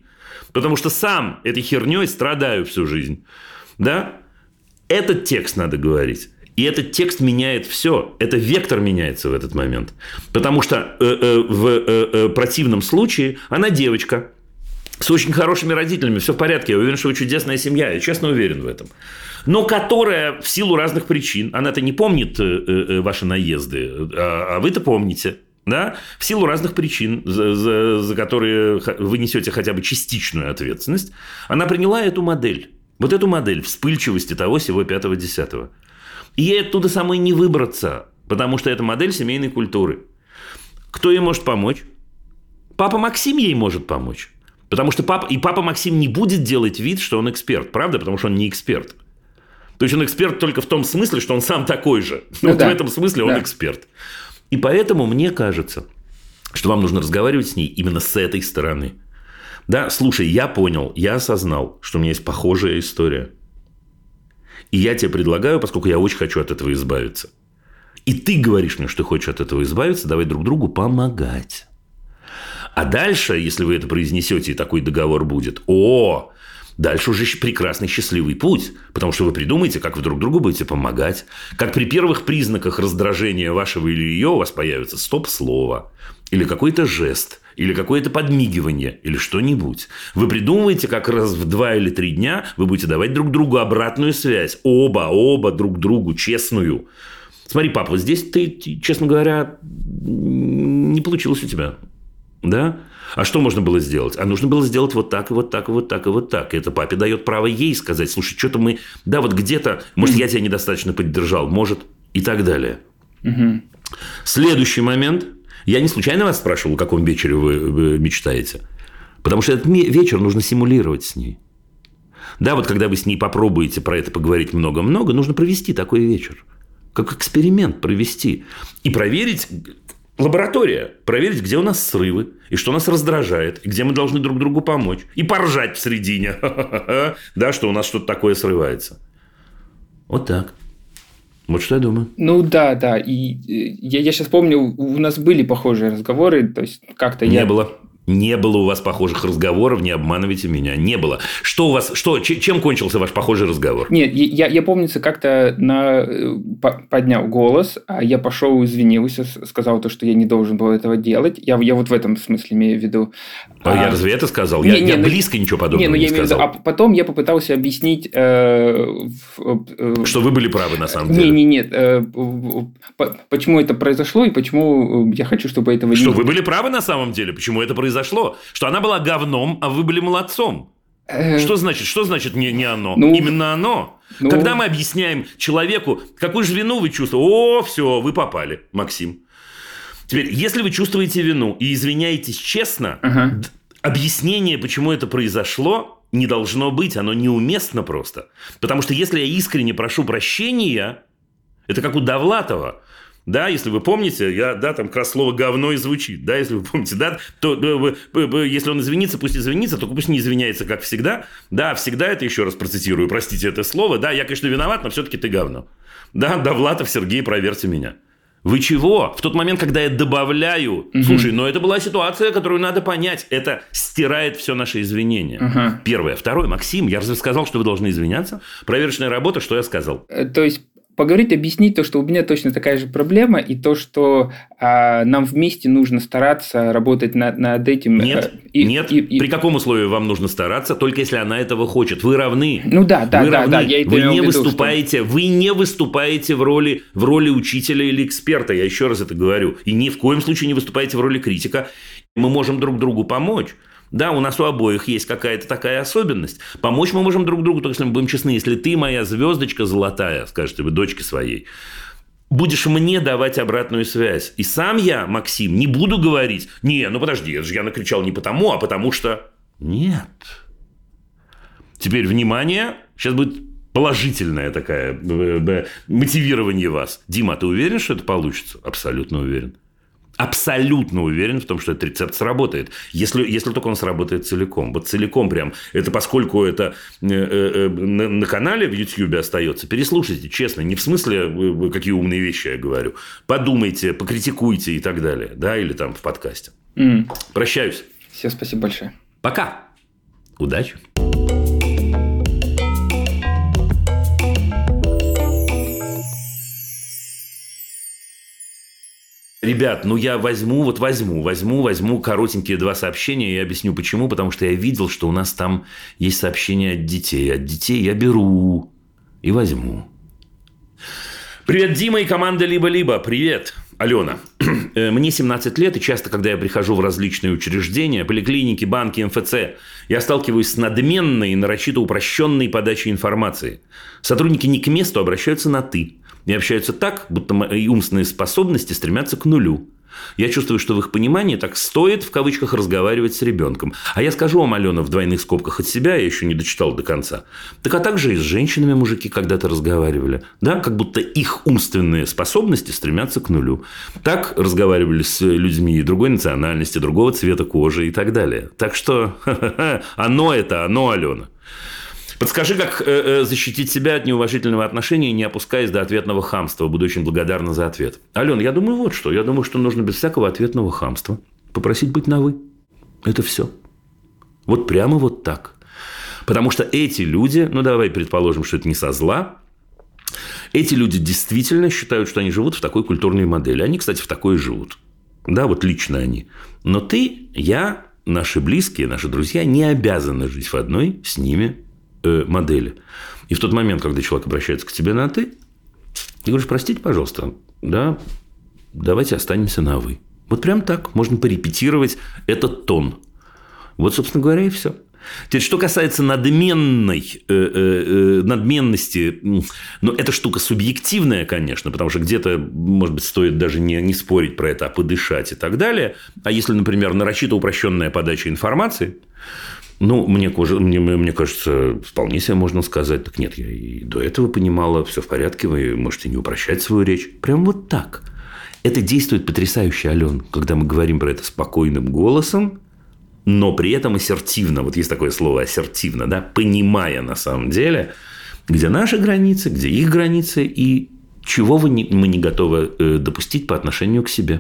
потому что сам этой херней страдаю всю жизнь. Да? Этот текст надо говорить. И этот текст меняет все. Это вектор меняется в этот момент. Потому что э, э, в э, э, противном случае она девочка с очень хорошими родителями. Все в порядке. Я уверен, что вы чудесная семья. Я честно уверен в этом. Но которая в силу разных причин, она-то не помнит э, э, ваши наезды, а, а вы-то помните. Да? В силу разных причин, за, за, за которые вы несете хотя бы частичную ответственность, она приняла эту модель. Вот эту модель вспыльчивости того, сего, пятого, десятого. И ей оттуда самой не выбраться, потому что это модель семейной культуры. Кто ей может помочь? Папа Максим ей может помочь. Потому что папа... И папа Максим не будет делать вид, что он эксперт. Правда? Потому что он не эксперт. То есть, он эксперт только в том смысле, что он сам такой же. Ну, вот да. В этом смысле он да. эксперт. И поэтому мне кажется, что вам нужно разговаривать с ней именно с этой стороны. Да, слушай, я понял, я осознал, что у меня есть похожая история. И я тебе предлагаю, поскольку я очень хочу от этого избавиться. И ты говоришь мне, что ты хочешь от этого избавиться, давай друг другу помогать. А дальше, если вы это произнесете, и такой договор будет, о, дальше уже прекрасный счастливый путь. Потому что вы придумаете, как вы друг другу будете помогать. Как при первых признаках раздражения вашего или ее у вас появится стоп-слово. Или какой-то жест. Или какое-то подмигивание, или что-нибудь. Вы придумываете, как раз в два или три дня вы будете давать друг другу обратную связь. Оба, оба друг другу, честную. Смотри, папа, вот здесь ты, честно говоря, не получилось у тебя. Да? А что можно было сделать? А нужно было сделать вот так, и вот так, и вот так, и вот так. И это папе дает право ей сказать, слушай, что-то мы... Да, вот где-то... Может, я тебя недостаточно поддержал, может, и так далее. Угу. Следующий момент... Я не случайно вас спрашивал, о каком вечере вы мечтаете. Потому что этот вечер нужно симулировать с ней. Да, вот когда вы с ней попробуете про это поговорить много-много, нужно провести такой вечер. Как эксперимент провести. И проверить... Лаборатория. Проверить, где у нас срывы, и что нас раздражает, и где мы должны друг другу помочь. И поржать в середине. Да, что у нас что-то такое срывается. Вот так. Вот что я думаю. Ну да, да. И я, я сейчас помню, у нас были похожие разговоры, то есть как-то Не я... было. Не было у вас похожих разговоров, не обманывайте меня. Не было. Что у вас, что, чем кончился ваш похожий разговор? Нет, я, я помнится, как-то на, поднял голос, а я пошел, извинился, сказал то, что я не должен был этого делать. Я, я вот в этом смысле имею в виду. А, а я разве это сказал? Не, я, не, я близко ничего подобного не, ну, не сказал. А потом я попытался объяснить... Э, э, что вы были правы на самом деле. Не, не, нет. Э, почему это произошло и почему я хочу, чтобы этого не... Что вы были правы на самом деле? Почему это произошло? Зашло, что она была говном, а вы были молодцом. Э... Что значит, что значит не, не оно? Ну... Именно оно. Ну... Когда мы объясняем человеку, какую же вину вы чувствуете, о, все, вы попали, Максим. Теперь, если вы чувствуете вину и извиняетесь честно, ага. объяснение, почему это произошло, не должно быть, оно неуместно просто. Потому что если я искренне прошу прощения, это как у Довлатова. Да, если вы помните, я, да, там как раз слово «говно» и звучит, да, если вы помните, да, то, то если он извинится, пусть извинится, только пусть не извиняется, как всегда, да, всегда это, еще раз процитирую, простите это слово, да, я, конечно, виноват, но все-таки ты говно, да, Довлатов, Сергей, проверьте меня. Вы чего? В тот момент, когда я добавляю, угу. слушай, но это была ситуация, которую надо понять, это стирает все наше извинение. Угу. Первое. Второе, Максим, я разве сказал, что вы должны извиняться? Проверочная работа, что я сказал? То есть, поговорить, объяснить то, что у меня точно такая же проблема, и то, что а, нам вместе нужно стараться работать над, над этим. Нет, и, нет. И, и... При каком условии вам нужно стараться? Только если она этого хочет. Вы равны. Ну да, да, вы да, равны. да. Я это вы не виду, выступаете, что... вы не выступаете в роли, в роли учителя или эксперта. Я еще раз это говорю. И ни в коем случае не выступаете в роли критика. Мы можем друг другу помочь. Да, у нас у обоих есть какая-то такая особенность. Помочь мы можем друг другу, только если мы будем честны. Если ты моя звездочка золотая, скажете вы дочке своей, будешь мне давать обратную связь. И сам я, Максим, не буду говорить, не, ну подожди, это же я накричал не потому, а потому что... Нет. Теперь, внимание, сейчас будет положительное такое мотивирование вас. Дима, ты уверен, что это получится? Абсолютно уверен. Абсолютно уверен в том, что этот рецепт сработает. Если, если только он сработает целиком. Вот целиком прям. Это поскольку это э, э, на, на канале в Ютьюбе остается. Переслушайте, честно. Не в смысле, какие умные вещи я говорю. Подумайте, покритикуйте и так далее. Да, или там в подкасте. Mm. Прощаюсь. Все, спасибо большое. Пока. Удачи! Ребят, ну я возьму, вот возьму, возьму, возьму коротенькие два сообщения и объясню почему. Потому что я видел, что у нас там есть сообщения от детей. От детей я беру и возьму. Привет, Дима и команда «Либо-либо». Привет, Алена. Мне семнадцать лет, и часто, когда я прихожу в различные учреждения, поликлиники, банки, эм эф цэ, я сталкиваюсь с надменной и нарочито упрощенной подачей информации. Сотрудники не к месту обращаются на «ты» и общаются так, будто мои умственные способности стремятся к нулю. Я чувствую, что в их понимании так стоит, в кавычках, разговаривать с ребенком. А я скажу вам, Алена, в двойных скобках от себя, я еще не дочитал до конца. Так а также и с женщинами мужики когда-то разговаривали. Да, как будто их умственные способности стремятся к нулю. Так разговаривали с людьми другой национальности, другого цвета кожи и так далее. Так что оно это, оно, Алена. Подскажи, как э, э, защитить себя от неуважительного отношения, не опускаясь до ответного хамства. Буду очень благодарна за ответ. Алена, я думаю вот что. Я думаю, что нужно без всякого ответного хамства попросить быть на «вы». Это все. Вот прямо вот так. Потому что эти люди, ну давай предположим, что это не со зла, эти люди действительно считают, что они живут в такой культурной модели. Они, кстати, в такой и живут. Да, вот лично они. Но ты, я, наши близкие, наши друзья не обязаны жить в одной с ними модели. И в тот момент, когда человек обращается к тебе на «ты», ты говоришь: простите, пожалуйста, да, давайте останемся на «вы». Вот прям так. Можно порепетировать этот тон. Вот, собственно говоря, и все. Теперь, что касается надменной, э, э, надменности, ну, эта штука субъективная, конечно, потому что где-то, может быть, стоит даже не, не спорить про это, а подышать и так далее. А если, например, нарочито упрощенная подача информации, ну, мне, мне, мне кажется, вполне себе можно сказать: так нет, я и до этого понимала, все в порядке, вы можете не упрощать свою речь. Прям вот так. Это действует потрясающе, Ален, когда мы говорим про это спокойным голосом, но при этом ассертивно. Вот есть такое слово ассертивно, да, понимая на самом деле, где наши границы, где их границы и чего мы не, мы не готовы допустить по отношению к себе.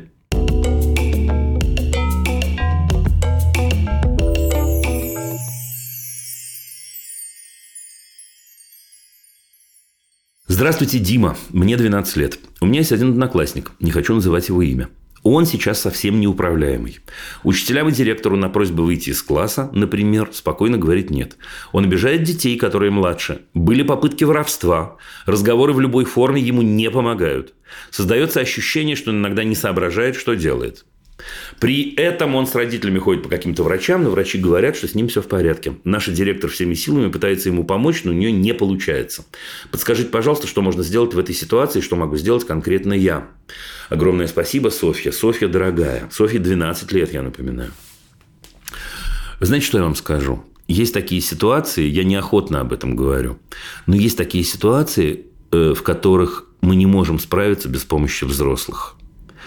Здравствуйте, Дима. Мне двенадцать лет. У меня есть один одноклассник. Не хочу называть его имя. Он сейчас совсем неуправляемый. Учителям и директору на просьбу выйти из класса, например, спокойно говорит «нет». Он обижает детей, которые младше. Были попытки воровства. Разговоры в любой форме ему не помогают. Создается ощущение, что он иногда не соображает, что делает. При этом он с родителями ходит по каким-то врачам, но врачи говорят, что с ним все в порядке. Наша директор всеми силами пытается ему помочь, но у нее не получается. Подскажите, пожалуйста, что можно сделать в этой ситуации, что могу сделать конкретно я. Огромное спасибо, Софья. Софья, дорогая. Софье двенадцать лет, я напоминаю. Вы знаете, что я вам скажу? Есть такие ситуации, я неохотно об этом говорю, но есть такие ситуации, в которых мы не можем справиться без помощи взрослых.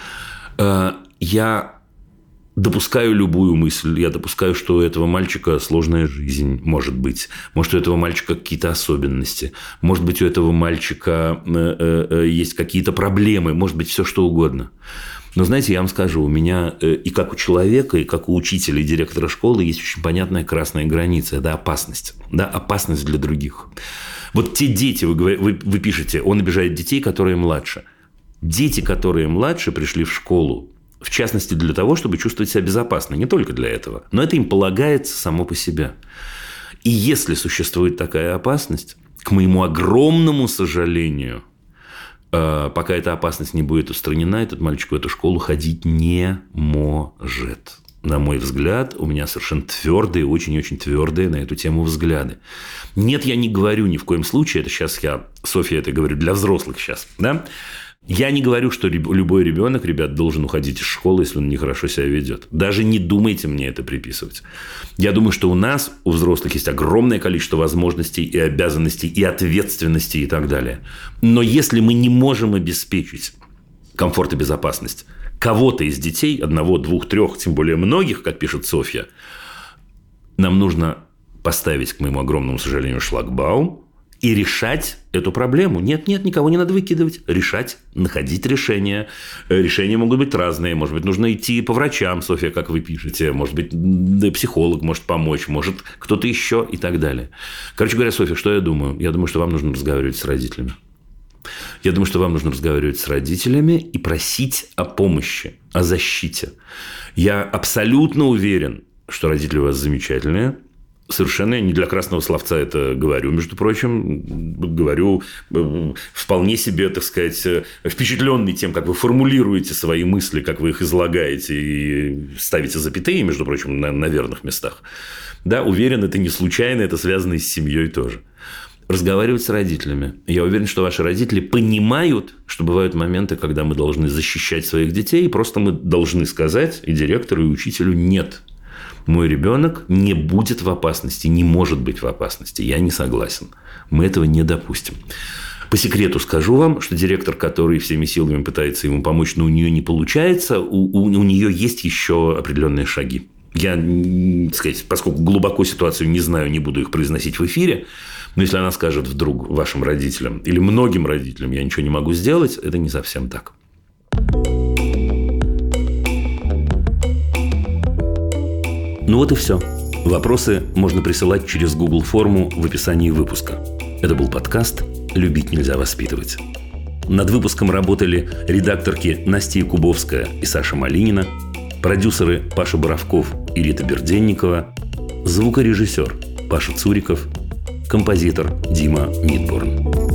Я допускаю любую мысль. Я допускаю, что у этого мальчика сложная жизнь, может быть. Может, у этого мальчика какие-то особенности. Может быть, у этого мальчика есть какие-то проблемы. Может быть, все что угодно. Но, знаете, я вам скажу, у меня и как у человека, и как у учителя и директора школы есть очень понятная красная граница. Это опасность. Да, опасность для других. Вот те дети, вы, вы, вы пишете, он обижает детей, которые младше. Дети, которые младше, пришли в школу, в частности, для того, чтобы чувствовать себя безопасно. Не только для этого. Но это им полагается само по себе. И если существует такая опасность, к моему огромному сожалению, пока эта опасность не будет устранена, этот мальчик в эту школу ходить не может. На мой взгляд, у меня совершенно твердые, очень-очень твердые на эту тему взгляды. Нет, я не говорю ни в коем случае, это сейчас я, Софья, это говорю для взрослых сейчас, да? Я не говорю, что любой ребенок, ребят, должен уходить из школы, если он нехорошо себя ведет. Даже не думайте мне это приписывать. Я думаю, что у нас, у взрослых, есть огромное количество возможностей и обязанностей, и ответственностей и так далее. Но если мы не можем обеспечить комфорт и безопасность кого-то из детей, одного, двух, трех, тем более многих, как пишет Софья, нам нужно поставить, к моему огромному сожалению, шлагбаум и решать эту проблему. Нет, нет, никого не надо выкидывать. Решать, находить решения. Решения могут быть разные. Может быть, нужно идти по врачам, Софья, как вы пишете. Может быть, психолог может помочь. Может, кто-то еще и так далее. Короче говоря, Софья, что я думаю? Я думаю, что вам нужно разговаривать с родителями. Я думаю, что вам нужно разговаривать с родителями и просить о помощи, о защите. Я абсолютно уверен, что родители у вас замечательные. Совершенно не для красного словца это говорю, между прочим. Говорю вполне себе, так сказать, впечатленный тем, как вы формулируете свои мысли, как вы их излагаете и ставите запятые, между прочим, на, на верных местах. Да, уверен, это не случайно, это связано и с семьей тоже. Разговаривать с родителями. Я уверен, что ваши родители понимают, что бывают моменты, когда мы должны защищать своих детей, и просто мы должны сказать и директору, и учителю: нет, мой ребенок не будет в опасности, не может быть в опасности. Я не согласен. Мы этого не допустим. По секрету скажу вам, что директор, который всеми силами пытается ему помочь, но у нее не получается, у, у, у нее есть еще определенные шаги. Я, так сказать, поскольку глубоко ситуацию не знаю, не буду их произносить в эфире, но если она скажет вдруг вашим родителям или многим родителям: я ничего не могу сделать, это не совсем так. Ну вот и все. Вопросы можно присылать через Google форму в описании выпуска. Это был подкаст «Любить нельзя воспитывать». Над выпуском работали редакторки Настя Якубовская и Саша Малинина, продюсеры Паша Боровков и Рита Берденникова, звукорежиссер Паша Цуриков, композитор Дима Мидборн.